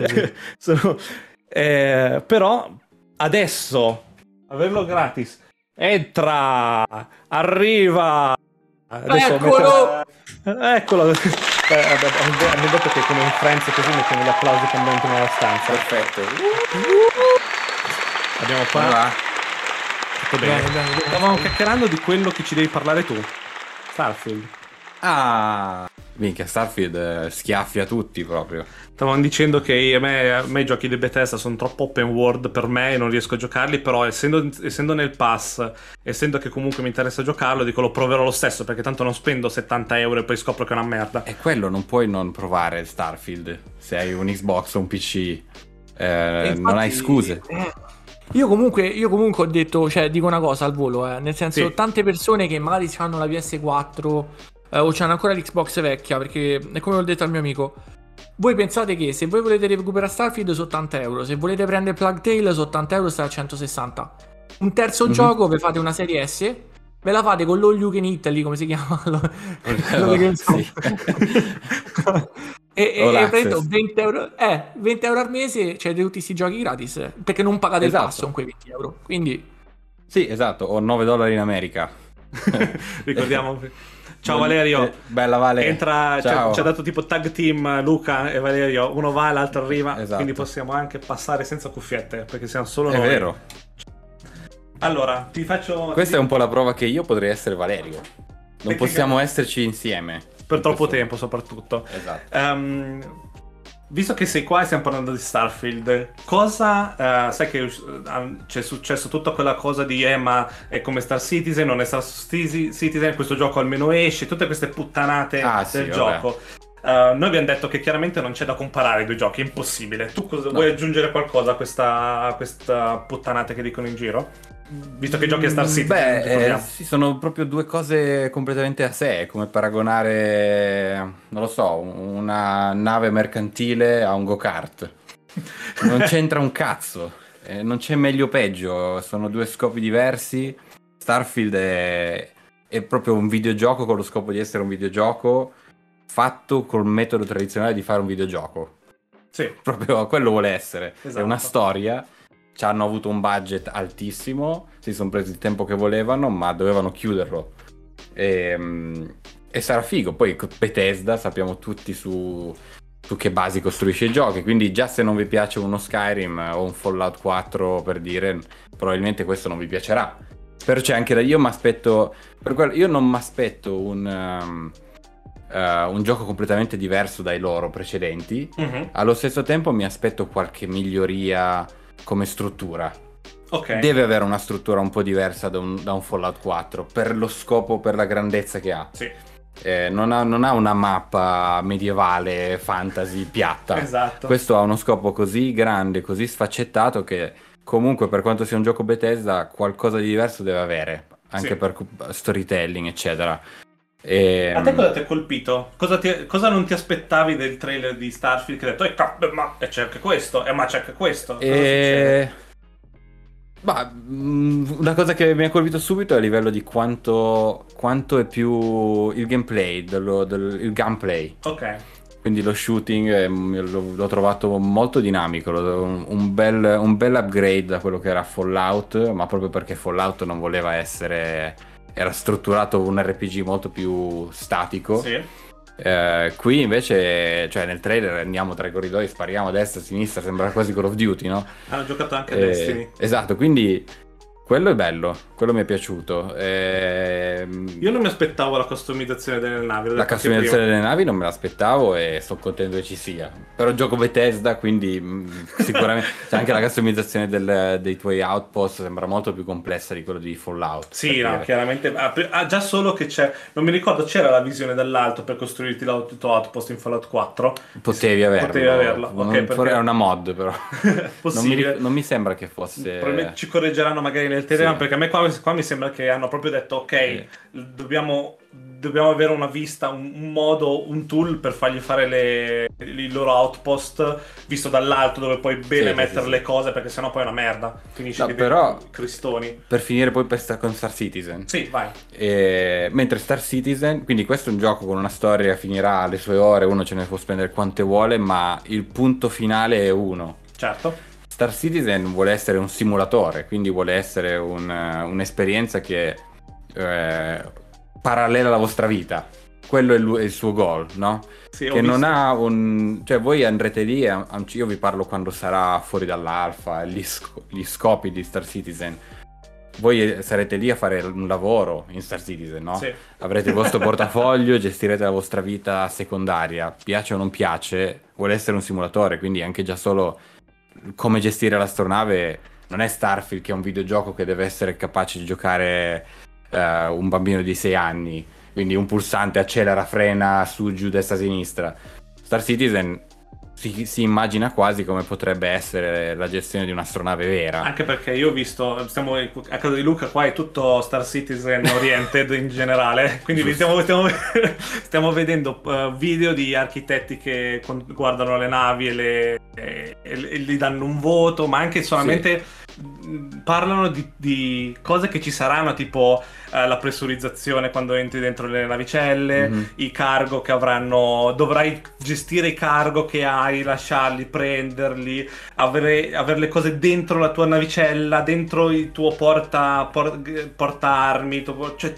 però adesso averlo gratis, entra, arriva, adesso eccolo. Hanno detto che come in Friends così mettiamo gli applausi quando entrano nella stanza. Perfetto. Abbiamo qua bene. Stavamo chiacchierando di quello che ci devi parlare tu, Starfield. Minchia, Starfield schiaffia tutti proprio. Stavamo dicendo che a me i giochi di Bethesda sono troppo open world per me e non riesco a giocarli, però essendo nel pass, essendo che comunque mi interessa giocarlo, dico lo proverò lo stesso, perché tanto non spendo 70 euro e poi scopro che è una merda. E quello non puoi non provare Starfield se hai un Xbox o un PC, infatti, non hai scuse. Io comunque ho detto, cioè dico una cosa al volo, nel senso, sì. Tante persone che magari hanno la PS4 o c'hanno ancora l'Xbox vecchia, perché è come ho detto al mio amico, voi pensate che se voi volete recuperare Starfield su 80 euro, se volete prendere Plague Tale su 80 euro sta a 160. Un terzo gioco, vi fate una serie S, ve la fate con l'All You Can Eat lì, come si chiama? E prendo 20 euro al mese, cioè tutti questi giochi gratis, perché non pagate il passo con quei 20 euro. Quindi sì, esatto, o $9 in America. Ricordiamo. Ciao Valerio, bella Vale. Entra, ci ha dato tipo tag team Luca e Valerio, uno va, l'altro arriva, esatto. Quindi possiamo anche passare senza cuffiette, perché siamo solo noi. È vero. Allora, ti faccio... Questa è un po' la prova che io potrei essere Valerio. Non possiamo esserci insieme. Per troppo tempo, soprattutto. Esatto. Visto che sei qua e stiamo parlando di Starfield, cosa... sai che c'è successo tutta quella cosa di ma è come Star Citizen, non è Star Citizen, questo gioco almeno esce, tutte queste puttanate del gioco. Noi abbiamo detto che chiaramente non c'è da comparare i due giochi, è impossibile. Tu vuoi aggiungere qualcosa a questa puttanata che dicono in giro? Visto che giochi a Star Citizen. Sì, sono proprio due cose completamente a sé, come paragonare, non lo so, una nave mercantile a un go-kart. Non c'entra un cazzo, non c'è meglio o peggio, sono due scopi diversi. Starfield è proprio un videogioco con lo scopo di essere un videogioco fatto col metodo tradizionale di fare un videogioco. Sì. Proprio quello vuole essere. Esatto. È una storia. Ci hanno avuto un budget altissimo, si sono presi il tempo che volevano, ma dovevano chiuderlo. E sarà figo. Poi Bethesda, sappiamo tutti su che basi costruisce i giochi, quindi già se non vi piace uno Skyrim o un Fallout 4, per dire, probabilmente questo non vi piacerà. Però c'è anche io mi aspetto, per quello, io non mi aspetto un gioco completamente diverso dai loro precedenti. Allo stesso tempo mi aspetto qualche miglioria come struttura. Okay. Deve avere una struttura un po' diversa da un Fallout 4 per lo scopo, per la grandezza che ha. Sì. Non ha una mappa medievale fantasy piatta. Esatto. Questo ha uno scopo così grande, così sfaccettato, che comunque, per quanto sia un gioco Bethesda, qualcosa di diverso deve avere, anche per storytelling, eccetera. A te cosa ti ha colpito? Cosa non ti aspettavi del trailer di Starfield? Che hai detto, ma c'è anche questo, ma c'è anche questo. Una cosa che mi ha colpito subito è a livello di quanto è più il gameplay, il gunplay. Ok. Quindi lo shooting l'ho trovato molto dinamico, un bel upgrade da quello che era Fallout, ma proprio perché Fallout non voleva era strutturato un RPG molto più statico. Sì. Qui invece, cioè nel trailer andiamo tra i corridoi, spariamo a destra e a sinistra, sembra quasi Call of Duty, no? Hanno giocato anche a Destiny. Esatto, quindi quello è bello, quello mi è piaciuto. Io non mi aspettavo la customizzazione delle navi. La customizzazione delle navi non me l'aspettavo e sono contento che ci sia. Però gioco Bethesda, quindi sicuramente c'è anche la customizzazione dei tuoi outpost, sembra molto più complessa di quello di Fallout. Sì, no, chiaramente. Già solo che c'è, non mi ricordo, c'era la visione dall'alto per costruirti il tuo outpost in Fallout 4. Potevi averlo. Okay, perché era una mod, però. Possibile. Non mi sembra che fosse. Ci correggeranno magari nel Telegram, perché a me qua mi sembra che hanno proprio detto ok, dobbiamo avere una vista, un modo, un tool per fargli fare i loro outpost visto dall'alto, dove puoi bene mettere le cose, perché sennò poi è una merda, finisci di però cristoni. Per finire poi con Star Citizen. Sì, vai. Mentre Star Citizen, quindi questo è un gioco con una storia, finirà alle sue ore, uno ce ne può spendere quante vuole, ma il punto finale è uno. Certo. Star Citizen vuole essere un simulatore, quindi vuole essere un'esperienza che parallela alla vostra vita. Quello è il suo goal, no? Sì, che non ha cioè voi andrete lì, io vi parlo quando sarà fuori dall'alfa, gli scopi di Star Citizen. Voi sarete lì a fare un lavoro in Star Citizen, no? Sì. Avrete il vostro portafoglio, gestirete la vostra vita secondaria. Piace o non piace, vuole essere un simulatore, quindi anche già solo come gestire l'astronave non è Starfield, che è un videogioco che deve essere capace di giocare un bambino di 6 anni, quindi un pulsante accelera, frena, su, giù, destra, sinistra. Star Citizen si immagina quasi come potrebbe essere la gestione di un'astronave vera. Anche perché io ho visto, stiamo a casa di Luca, qua è tutto Star Citizen oriented in generale, quindi stiamo vedendo video di architetti che guardano le navi e gli danno un voto, ma anche solamente parlano di cose che ci saranno, tipo la pressurizzazione quando entri dentro le navicelle, i cargo che avranno, dovrai gestire i cargo che hai, lasciarli, prenderli, avere le cose dentro la tua navicella, dentro il tuo porta armi, cioè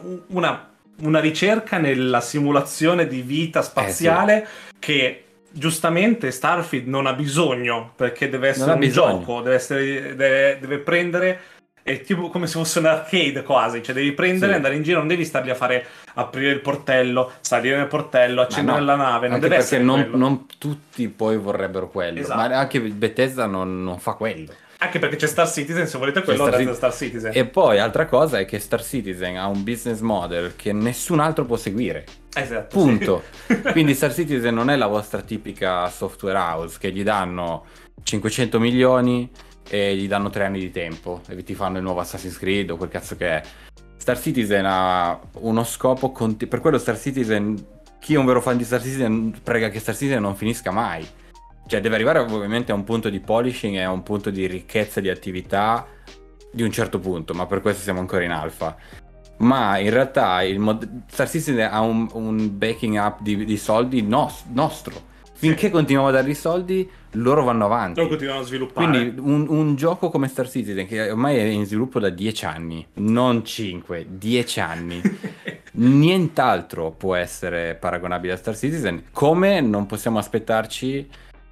una ricerca nella simulazione di vita spaziale che giustamente Starfield non ha bisogno, perché deve essere un gioco, deve prendere, è tipo come se fosse un arcade quasi, cioè devi prendere, andare in giro, non devi starli a fare aprire il portello, salire nel portello, accendere la nave, non deve essere quello. Non tutti poi vorrebbero quello, esatto. Ma anche Bethesda non fa quello. Anche perché c'è Star Citizen, se volete quello andate da Star Citizen. E poi altra cosa è che Star Citizen ha un business model che nessun altro può seguire. Esatto. Punto. Quindi Star Citizen non è la vostra tipica software house che gli danno 500 milioni, e gli danno 3 anni di tempo e ti fanno il nuovo Assassin's Creed o quel cazzo che è. Star Citizen ha uno scopo, per quello Star Citizen, chi è un vero fan di Star Citizen prega che Star Citizen non finisca mai. Cioè deve arrivare ovviamente a un punto di polishing e a un punto di ricchezza di attività di un certo punto, ma per questo siamo ancora in alfa. Ma in realtà Star Citizen ha un backing up di soldi nostro. Finché continuiamo a dargli soldi, loro vanno avanti. Loro continuano a sviluppare. Quindi un gioco come Star Citizen, che ormai è in sviluppo da 10 anni, non 5, 10 anni, nient'altro può essere paragonabile a Star Citizen, come non possiamo aspettarci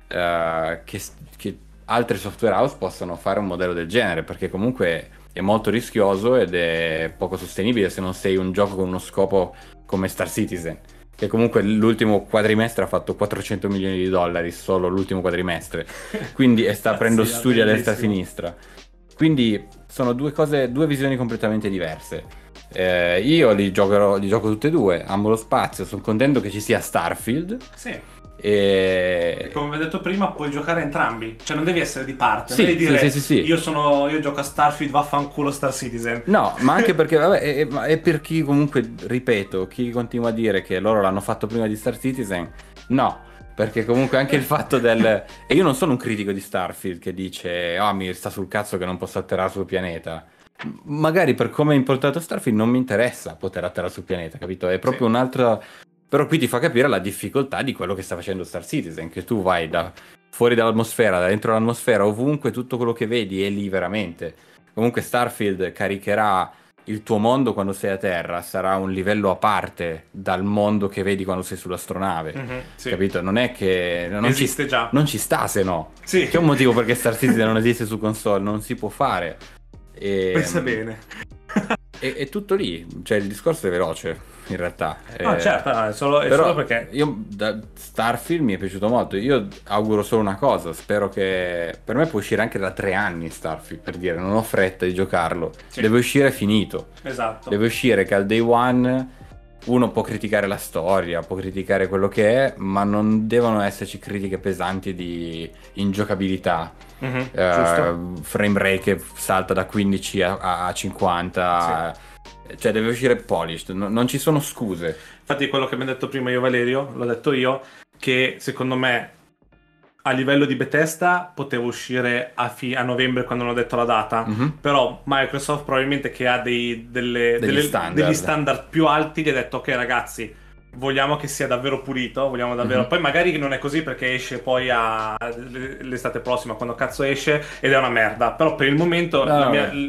che altre software house possano fare un modello del genere, perché comunque è molto rischioso ed è poco sostenibile se non sei un gioco con uno scopo come Star Citizen, che comunque l'ultimo quadrimestre ha fatto 400 milioni di dollari, solo l'ultimo quadrimestre, quindi sta aprendo studi a destra e a sinistra. Quindi sono due visioni completamente diverse. Io li gioco tutte e due, amo lo spazio, sono contento che ci sia Starfield. Sì. E come ho detto prima, puoi giocare entrambi, cioè non devi essere di parte, sì, non devi dire sì. Io gioco a Starfield, vaffanculo Star Citizen. No, ma anche perché vabbè, è per chi comunque, ripeto, chi continua a dire che loro l'hanno fatto prima di Star Citizen, no, perché comunque anche il fatto e io non sono un critico di Starfield che dice mi sta sul cazzo che non posso atterrare sul pianeta. Magari per come è impostato Starfield non mi interessa poter atterrare sul pianeta, capito? È proprio un'altra. Però qui ti fa capire la difficoltà di quello che sta facendo Star Citizen, che tu vai fuori dall'atmosfera, da dentro l'atmosfera, ovunque, tutto quello che vedi è lì veramente. Comunque Starfield caricherà il tuo mondo quando sei a terra, sarà un livello a parte dal mondo che vedi quando sei sull'astronave, sì. Capito? Non è che non esiste già. Non ci sta, se no. Sì. C'è un motivo perché Star Citizen non esiste su console, non si può fare. Pensa bene. È tutto lì, cioè il discorso è veloce in realtà. Certo, è solo perché Starfield mi è piaciuto molto. Io auguro solo una cosa, spero che per me può uscire anche da 3 anni Starfield, per dire, non ho fretta di giocarlo. Sì. Deve uscire finito. Esatto. Deve uscire che al day one uno può criticare la storia, può criticare quello che è, ma non devono esserci critiche pesanti di ingiocabilità. Frame rate che salta da 15 a 50. Sì. Cioè deve uscire polished, non ci sono scuse. Infatti quello che mi ha detto prima io Valerio, l'ho detto io, che secondo me a livello di Bethesda poteva uscire a novembre quando hanno detto la data, però Microsoft probabilmente che ha degli standard più alti gli ha detto ok ragazzi, vogliamo che sia davvero pulito, vogliamo davvero. Poi magari non è così perché esce poi l'estate prossima, quando cazzo esce, ed è una merda. Però per il momento la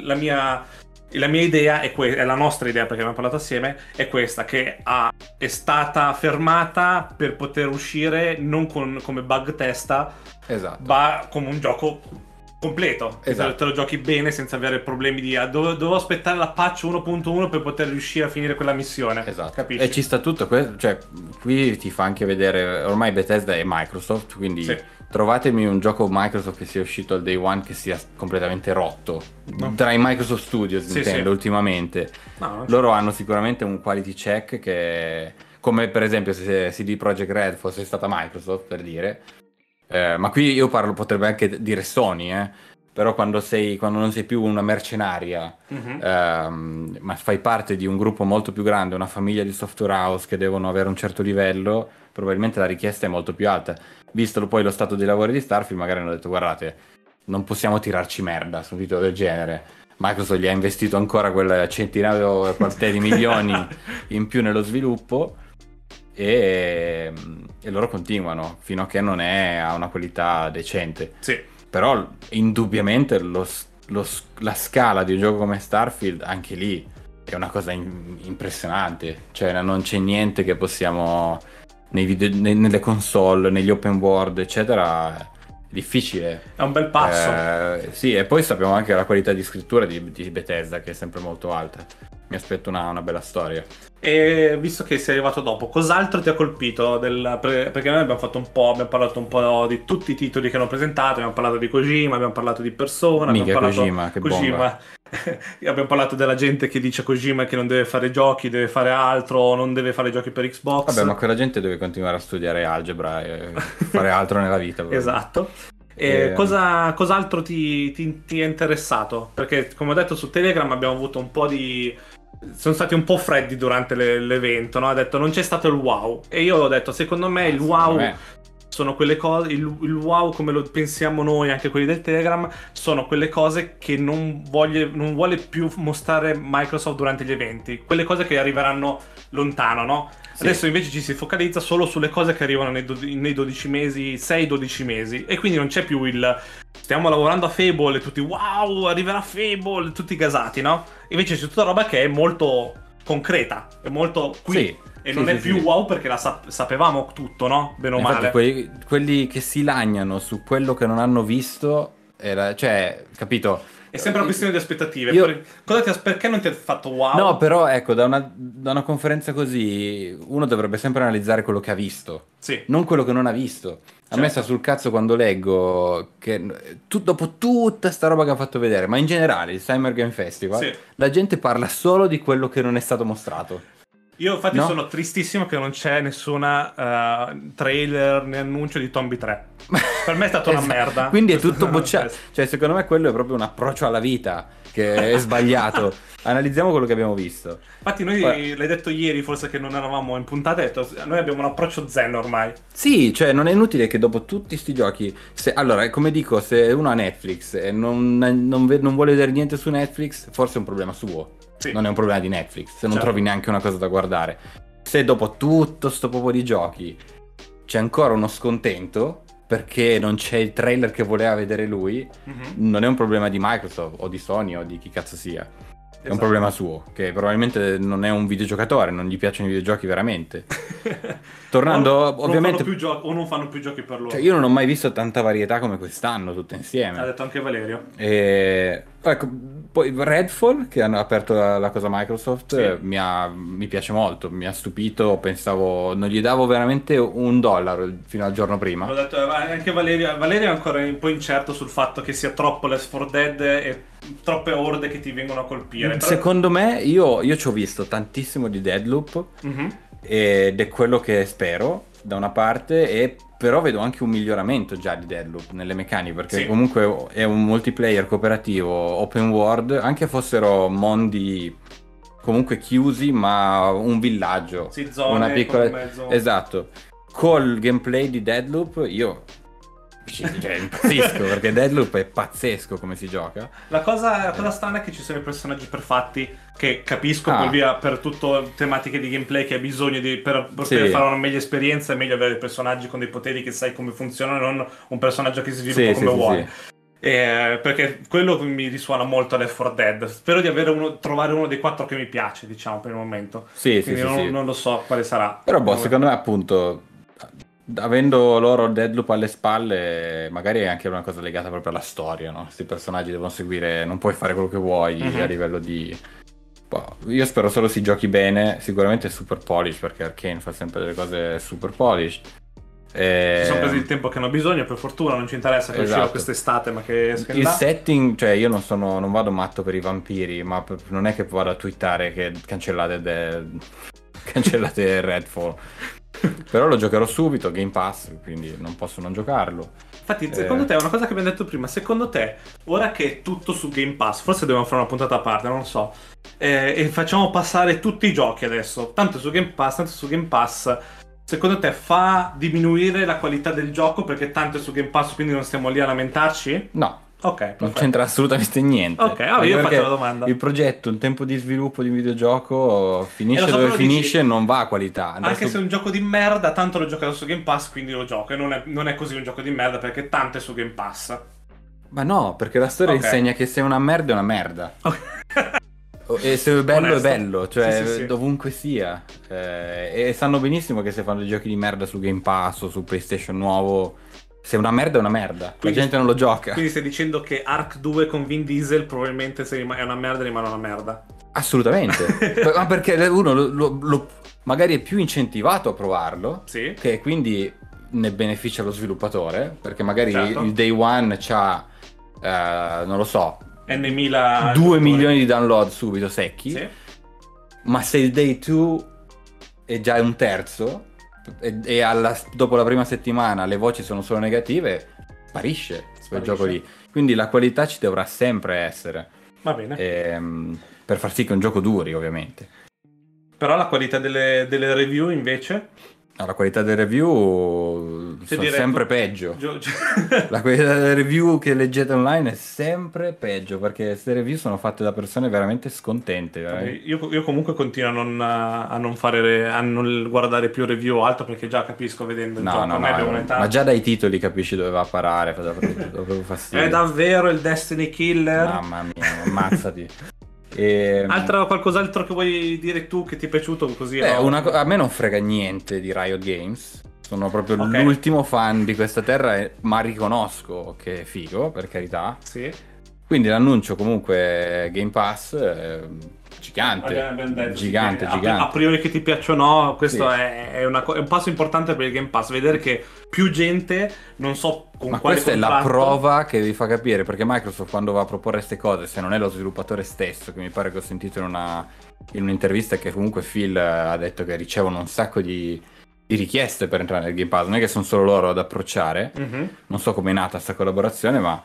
mia idea è la nostra idea, perché abbiamo parlato assieme, è questa, che è stata fermata per poter uscire non come bug testa, esatto, ma come un gioco completo. Esatto. Te lo giochi bene senza avere problemi di dovevo aspettare la patch 1.1 per poter riuscire a finire quella missione. Esatto. Capisci? E ci sta tutto cioè qui ti fa anche vedere, ormai Bethesda è Microsoft, quindi sì, trovatemi un gioco Microsoft che sia uscito al day one che sia completamente rotto, tra i Microsoft Studios, intendo, ultimamente. Loro hanno sicuramente un quality check che, come per esempio se CD Projekt Red fosse stata Microsoft, per dire. Ma qui io potrebbe anche dire Sony, però quando non sei più una mercenaria, ma fai parte di un gruppo molto più grande, una famiglia di software house che devono avere un certo livello, probabilmente la richiesta è molto più alta. Visto poi lo stato dei lavori di Starfield, magari hanno detto guardate, non possiamo tirarci merda su un titolo del genere. Microsoft gli ha investito ancora quel centinaio di milioni in più nello sviluppo, e loro continuano fino a che non è a una qualità decente. Sì. Però indubbiamente la scala di un gioco come Starfield, anche lì è una cosa impressionante. Cioè non c'è niente che possiamo nelle console, negli open world eccetera, è difficile. È un bel passo. Sì, e poi sappiamo anche la qualità di scrittura di Bethesda, che è sempre molto alta. Mi aspetto una bella storia. E visto che sei arrivato dopo, cos'altro ti ha colpito? Perché noi abbiamo parlato un po' di tutti i titoli che hanno presentato, abbiamo parlato di Kojima, abbiamo parlato di Persona, Kojima, che bomba. Abbiamo parlato della gente che dice Kojima che non deve fare giochi, deve fare altro, non deve fare giochi per Xbox. Vabbè, ma quella gente deve continuare a studiare algebra e fare altro nella vita. Esatto. Cos'altro ti è interessato? Perché come ho detto su Telegram abbiamo avuto un po' sono stati un po' freddi durante l'evento, no? Ha detto non c'è stato il wow. E io ho detto secondo me il wow sono quelle cose, il wow come lo pensiamo noi, anche quelli del Telegram, sono quelle cose che non vuole più mostrare Microsoft durante gli eventi, quelle cose che arriveranno lontano, no? Sì. Adesso invece ci si focalizza solo sulle cose che arrivano nei 12 mesi, 6-12 mesi, e quindi non c'è più stiamo lavorando a Fable e tutti wow, arriverà Fable, tutti gasati, no? Invece c'è tutta roba che è molto concreta, è molto qui. Sì. E non è più wow perché la sapevamo tutto, no? Bene o male. Quelli che si lagnano su quello che non hanno visto, cioè, capito? È sempre una questione di aspettative. Perché non ti ha fatto wow? No, però ecco, da una conferenza così uno dovrebbe sempre analizzare quello che ha visto, non quello che non ha visto. A me sta sul cazzo quando leggo che dopo tutta sta roba che ha fatto vedere, ma in generale il Summer Game Festival, la gente parla solo di quello che non è stato mostrato. Io infatti sono tristissimo che non c'è nessuna trailer né annuncio di Tomb 3. Per me è stata una merda. Quindi è tutto bocciato. Cioè secondo me quello è proprio un approccio alla vita che è sbagliato. Analizziamo quello che abbiamo visto. Infatti noi l'hai detto ieri, forse che non eravamo in puntata, hai detto noi abbiamo un approccio zen ormai. Sì, cioè non è inutile che dopo tutti sti giochi allora, come dico, se uno ha Netflix e non vuole vedere niente su Netflix, forse è un problema suo. Sì. Non è un problema di Netflix, se non trovi neanche una cosa da guardare. Se dopo tutto sto popolo di giochi c'è ancora uno scontento perché non c'è il trailer che voleva vedere lui, non è un problema di Microsoft o di Sony o di chi cazzo sia. È un problema suo, che probabilmente non è un videogiocatore, non gli piacciono i videogiochi veramente. Tornando, ovviamente... o non fanno più giochi per loro. Cioè, io non ho mai visto tanta varietà come quest'anno, tutte insieme. Ha detto anche Valerio. Ecco, poi Redfall, che hanno aperto la cosa Microsoft, mi piace molto, mi ha stupito, pensavo, non gli davo veramente $1 fino al giorno prima. L'ho detto, anche Valerio è ancora un po' incerto sul fatto che sia troppo Left 4 Dead e troppe orde che ti vengono a colpire. Secondo me, io ci ho visto tantissimo di Deadloop, ed è quello che spero, da una parte, e però vedo anche un miglioramento già di Deadloop nelle meccaniche, perché comunque è un multiplayer cooperativo open world, anche fossero mondi comunque chiusi, ma un villaggio, zone, una piccola... mezzo... Esatto. Col gameplay di Deadloop io impazzisco, perché Deadloop è pazzesco come si gioca. La cosa strana è che ci sono i personaggi perfatti, che capisco poi via per tutto tematiche di gameplay che hai bisogno per fare una meglio esperienza. È meglio avere i personaggi con dei poteri che sai come funzionano, non un personaggio che si sviluppa come vuoi. Perché quello mi risuona molto a Left 4 Dead. Spero di trovare uno dei 4 che mi piace, diciamo, per il momento. Non lo so quale sarà. Però secondo me appunto, avendo loro Deadloop alle spalle, magari è anche una cosa legata proprio alla storia, no? Questi personaggi devono seguire, non puoi fare quello che vuoi a livello di... Io spero solo si giochi bene, sicuramente super polish, perché Arcane fa sempre delle cose super polish. Si sono presi il tempo che hanno bisogno, per fortuna non ci interessa che uscirà quest'estate, ma che esca il setting, cioè io non vado matto per i vampiri, ma non è che vado a twittare che cancellate Redfall. Però lo giocherò subito, Game Pass, quindi non posso non giocarlo. Infatti, secondo te, una cosa che abbiamo detto prima, secondo te, ora che è tutto su Game Pass, forse dobbiamo fare una puntata a parte, non lo so, e facciamo passare tutti i giochi adesso, tanto su Game Pass, secondo te fa diminuire la qualità del gioco perché tanto è su Game Pass, quindi non stiamo lì a lamentarci? No. Ok, perfetto. Non c'entra assolutamente niente. Ok, io faccio la domanda. Il progetto, il tempo di sviluppo di un videogioco finisce dove finisce, non va a qualità. Anche se è un gioco di merda, tanto l'ho giocato su Game Pass, quindi lo gioco. E non è così un gioco di merda perché tanto è su Game Pass. Ma no, perché la storia insegna che se è una merda è una merda. E se è bello Onesto. è bello, cioè sì. dovunque sia. E sanno benissimo che se fanno dei giochi di merda su Game Pass o su PlayStation nuovo, se è una merda è una merda, quindi, la gente non lo gioca. Quindi stai dicendo che Ark 2 con Vin Diesel probabilmente se è una merda rimane una merda? Assolutamente. Ma perché uno lo magari è più incentivato a provarlo, che quindi ne beneficia lo sviluppatore, perché magari il day one c'ha non lo so, 2 milioni di download subito secchi, ma se il day 2 è già un terzo e dopo la prima settimana le voci sono solo negative, sparisce quel gioco lì. Quindi la qualità ci dovrà sempre essere. Va bene. Per far sì che un gioco duri, ovviamente. Però la qualità delle review invece? No, la qualità delle review sono sempre peggio. La qualità delle review che leggete online è sempre peggio, perché queste review sono fatte da persone veramente scontente. Veramente. Io comunque continuo a non guardare più review o altro, perché già capisco vedendo il gioco. Ma già dai titoli capisci dove va a parare, fa proprio fastidio. È davvero il Destiny Killer? Mamma mia, ammazzati. Qualcos'altro che vuoi dire tu che ti è piaciuto così? A me non frega niente di Riot Games. Sono proprio l'ultimo fan di questa terra, ma riconosco che è figo, per carità. Sì. Quindi l'annuncio comunque Game Pass gigante. A priori che ti piaccia o no, questo è un passo importante per il Game Pass. Vedere che più gente, non so con ma quale questa contratto... è la prova che vi fa capire, perché Microsoft quando va a proporre queste cose, se non è lo sviluppatore stesso, che mi pare che ho sentito in un'intervista che comunque Phil ha detto che ricevono un sacco di richieste per entrare nel Game Pass, non è che sono solo loro ad approcciare. Non so come è nata questa collaborazione, ma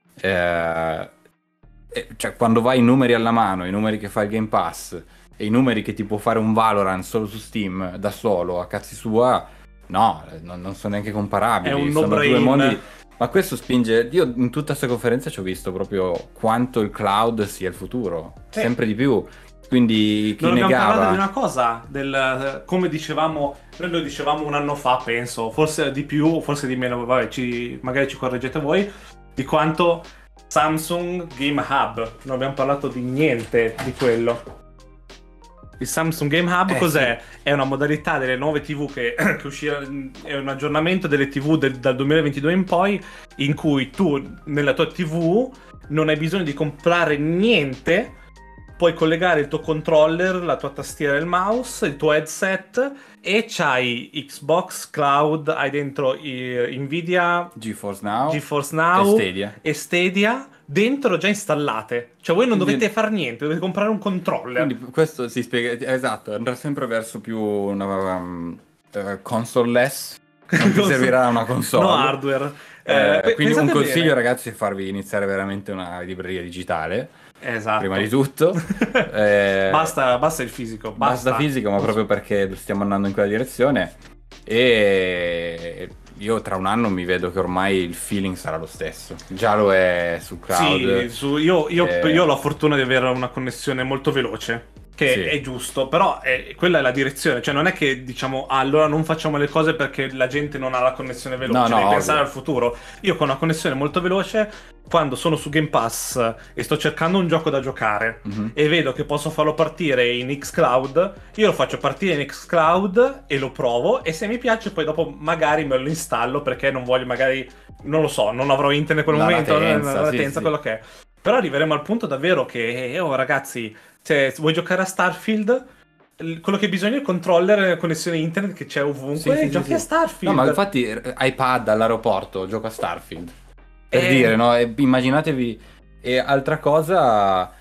cioè quando vai i numeri alla mano, i numeri che fa il Game Pass e i numeri che ti può fare un Valorant solo su Steam da solo a cazzi sua, no, non sono neanche comparabili. È un sono no-brain. Due mondi. Ma questo spinge. Io in tutta questa conferenza ci ho visto proprio quanto il cloud sia il futuro, sempre di più. Quindi chi non negava... abbiamo parlato di una cosa, come dicevamo, noi lo dicevamo un anno fa, penso, forse di più, forse di meno, vabbè, magari ci correggete voi, di quanto Samsung Game Hub, non abbiamo parlato di niente di quello. Il Samsung Game Hub cos'è? Sì. È una modalità delle nuove TV che uscirà, è un aggiornamento delle TV dal 2022 in poi, in cui tu nella tua TV non hai bisogno di comprare niente, puoi collegare il tuo controller, la tua tastiera e il mouse, il tuo headset, e c'hai Xbox Cloud, hai dentro Nvidia, GeForce Now e Stadia dentro già installate. Cioè voi non dovete fare niente, dovete comprare un controller. Quindi questo si spiega, esatto, andrà sempre verso più una console-less, non ti servirà una console. No hardware. Quindi un consiglio ragazzi è farvi iniziare veramente una libreria digitale. Esatto. Prima di tutto basta il fisico, basta fisico, ma proprio perché stiamo andando in quella direzione. E io tra un anno mi vedo che ormai il feeling sarà lo stesso. Già lo è su cloud. Sì, io ho la fortuna di avere una connessione molto veloce, che è giusto, però quella è la direzione. Cioè non è che diciamo allora non facciamo le cose perché la gente non ha la connessione veloce, devi pensare al futuro. Io con una connessione molto veloce, quando sono su Game Pass e sto cercando un gioco da giocare e vedo che posso farlo partire in xCloud, io lo faccio partire in xCloud e lo provo, e se mi piace poi dopo magari me lo installo, perché non voglio, magari non lo so, non avrò internet in quel momento, la latenza, quello che è. Però arriveremo al punto davvero che ragazzi, se vuoi giocare a Starfield, quello che bisogna è il controller, connessione internet che c'è ovunque, giochi a Starfield. No, ma infatti iPad all'aeroporto, gioco a Starfield. Per dire, no? Immaginatevi. E altra cosa,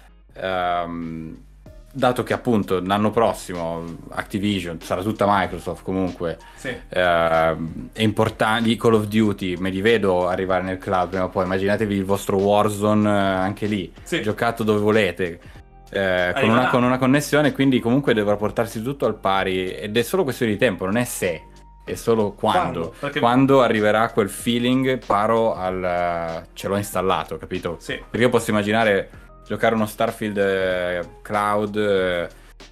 dato che appunto l'anno prossimo Activision sarà tutta Microsoft comunque, è importante, i Call of Duty me li vedo arrivare nel cloud prima o poi. Immaginatevi il vostro Warzone anche lì, giocato dove volete, con una connessione, quindi comunque dovrà portarsi tutto al pari, ed è solo questione di tempo, non è se, è solo quando arriverà quel feeling paro al ce l'ho installato, capito? Sì. Perché io posso immaginare giocare uno Starfield cloud,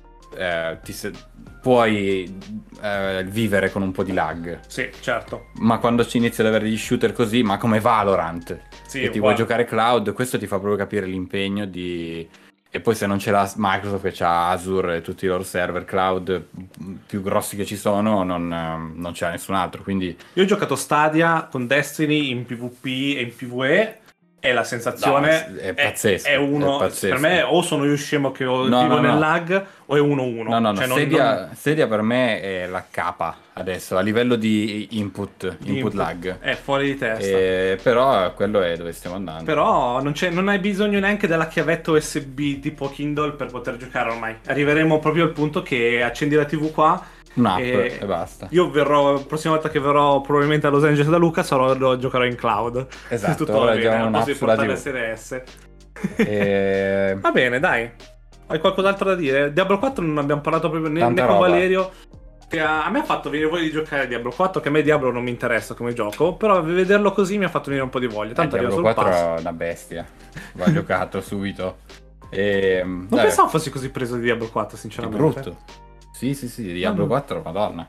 puoi vivere con un po' di lag. Sì, certo. Ma quando ci inizi ad avere degli shooter così, ma come Valorant, e ti vuoi giocare cloud, questo ti fa proprio capire l'impegno di... E poi se non ce l'ha Microsoft, che c'ha Azure e tutti i loro server cloud più grossi che ci sono, non c'è nessun altro, quindi... Io ho giocato Stadia con Destiny in PvP e in PvE, e la sensazione è pazzesca. È pazzesco. Per me o sono io scemo che vivo nel lag, o è 1-1. No, cioè, Stadia per me è la capa adesso, a livello di input lag. È fuori di testa. Però quello è dove stiamo andando. Però non hai bisogno neanche della chiavetta USB tipo Kindle per poter giocare ormai. Arriveremo proprio al punto che accendi la TV qua Un'app e basta. Io verrò, la prossima volta che verrò probabilmente a Los Angeles da Luca, lo giocherò in cloud. Esatto, tutto ora bene, giochiamo un'app sulla TV. Serie S. Va bene, dai. Hai qualcos'altro da dire? Diablo 4 non abbiamo parlato proprio né con Valerio. Che a me ha fatto venire voglia di giocare a Diablo 4, che a me Diablo non mi interessa come gioco, però vederlo così mi ha fatto venire un po' di voglia. Tanto Diablo 4 è una bestia, va giocato subito. Non pensavo fossi così preso di Diablo 4, sinceramente. È brutto. Sì, Diablo 4, madonna.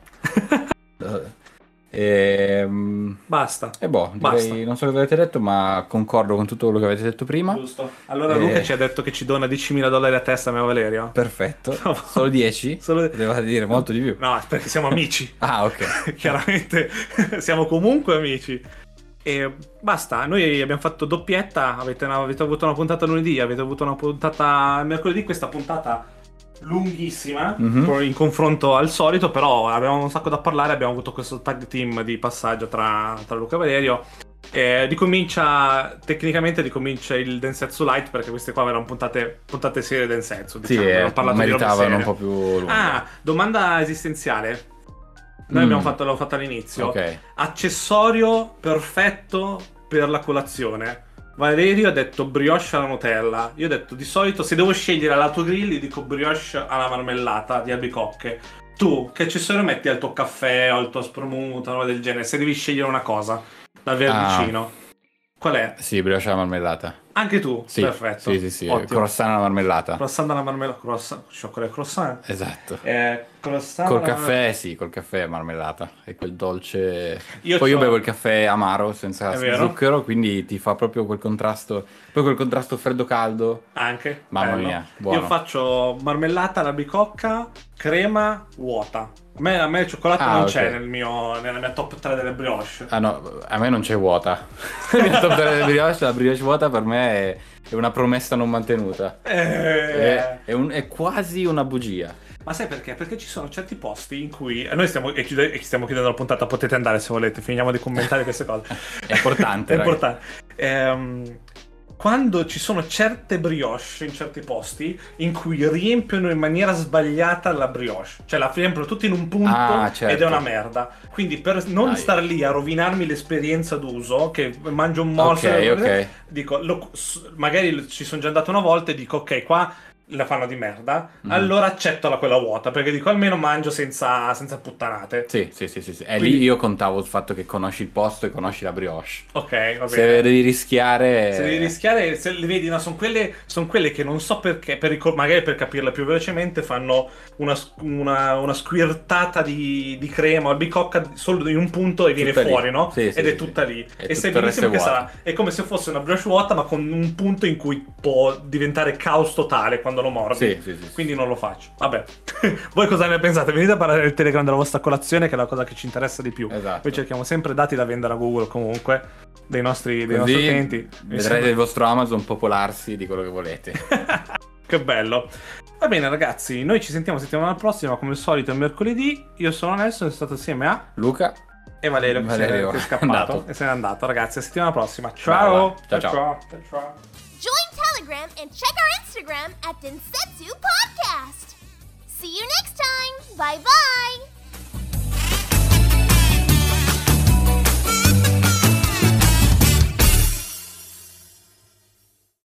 Basta. E direi, non so cosa avete detto, ma concordo con tutto quello che avete detto prima. Giusto. Allora Luca ci ha detto che ci dona $10.000 a testa, a me Valerio. Perfetto. Solo 10? Dovevate dire molto di più. No, perché siamo amici. Ah, ok. Chiaramente siamo comunque amici. E basta, noi abbiamo fatto doppietta, avete avuto una puntata lunedì, avete avuto una puntata mercoledì, questa puntata lunghissima in confronto al solito, però avevamo un sacco da parlare, abbiamo avuto questo tag team di passaggio tra Luca e Valerio. Tecnicamente ricomincia il Densetsu Light, perché queste qua erano puntate serie Densetsu, diciamo. Sì, meritavano un po' più lunghe. Domanda esistenziale. Noi l'ho fatto all'inizio. Ok. Accessorio perfetto per la colazione. Valerio ha detto brioche alla Nutella. Io ho detto di solito se devo scegliere all'autogrill io dico brioche alla marmellata di albicocche. Tu che accessorio metti al tuo caffè o al tuo spremuto, roba del genere? Se devi scegliere una cosa da vicino, qual è? Sì, brioche alla marmellata. Anche tu? Sì, perfetto. Sì. Croissant alla marmellata. Croissant alla marmellata. Croissant? Esatto. Croissant col caffè, col caffè marmellata. E quel dolce. Io bevo il caffè amaro senza zucchero, quindi ti fa proprio quel contrasto. Poi quel contrasto freddo-caldo. Anche. Mamma mia, buono. Io faccio marmellata alla bicocca, crema vuota. A me il cioccolato non c'è nella mia top 3 delle brioche. Ah no, a me non c'è vuota. La mia top 3 delle brioche, la brioche vuota per me è una promessa non mantenuta. È quasi una bugia. Ma sai perché? Perché ci sono certi posti in cui noi stiamo chiudendo la puntata, potete andare se volete, finiamo di commentare queste cose. È importante. È importante. Quando ci sono certe brioche in certi posti in cui riempiono in maniera sbagliata la brioche, cioè la riempiono tutti in un punto ed è una merda. Quindi per non star lì a rovinarmi l'esperienza d'uso, che mangio un morso, dico, magari ci sono già andato una volta e dico ok, qua la fanno di merda, allora accetto quella vuota, perché dico almeno mangio senza puttanate. Sì. Quindi, lì io contavo il fatto che conosci il posto e conosci la brioche. Ok, va bene. Se devi rischiare, se le vedi, no, sono quelle che non so perché, magari per capirle più velocemente, fanno una squirtata di crema o albicocca solo in un punto e viene fuori, no? Sì, ed è tutta lì. E sai benissimo che è come se fosse una brioche vuota, ma con un punto in cui può diventare caos totale quando lo mordi. Sì. Quindi non lo faccio. Vabbè. Voi cosa ne pensate? Venite a parlare del Telegram della vostra colazione, che è la cosa che ci interessa di più. Esatto. Noi cerchiamo sempre dati da vendere a Google, comunque, dei nostri utenti. Vedrete il vostro Amazon popolarsi di quello che volete. Che bello. Va bene ragazzi, noi ci sentiamo settimana prossima come al solito il mercoledì. Io sono Nelson, sono stato assieme a Luca e Valerio che è scappato e se n'è andato. Ragazzi, a settimana prossima. Ciao. Ciao. Join Telegram and check our Instagram at Densetsu Podcast. See you next time. Bye bye.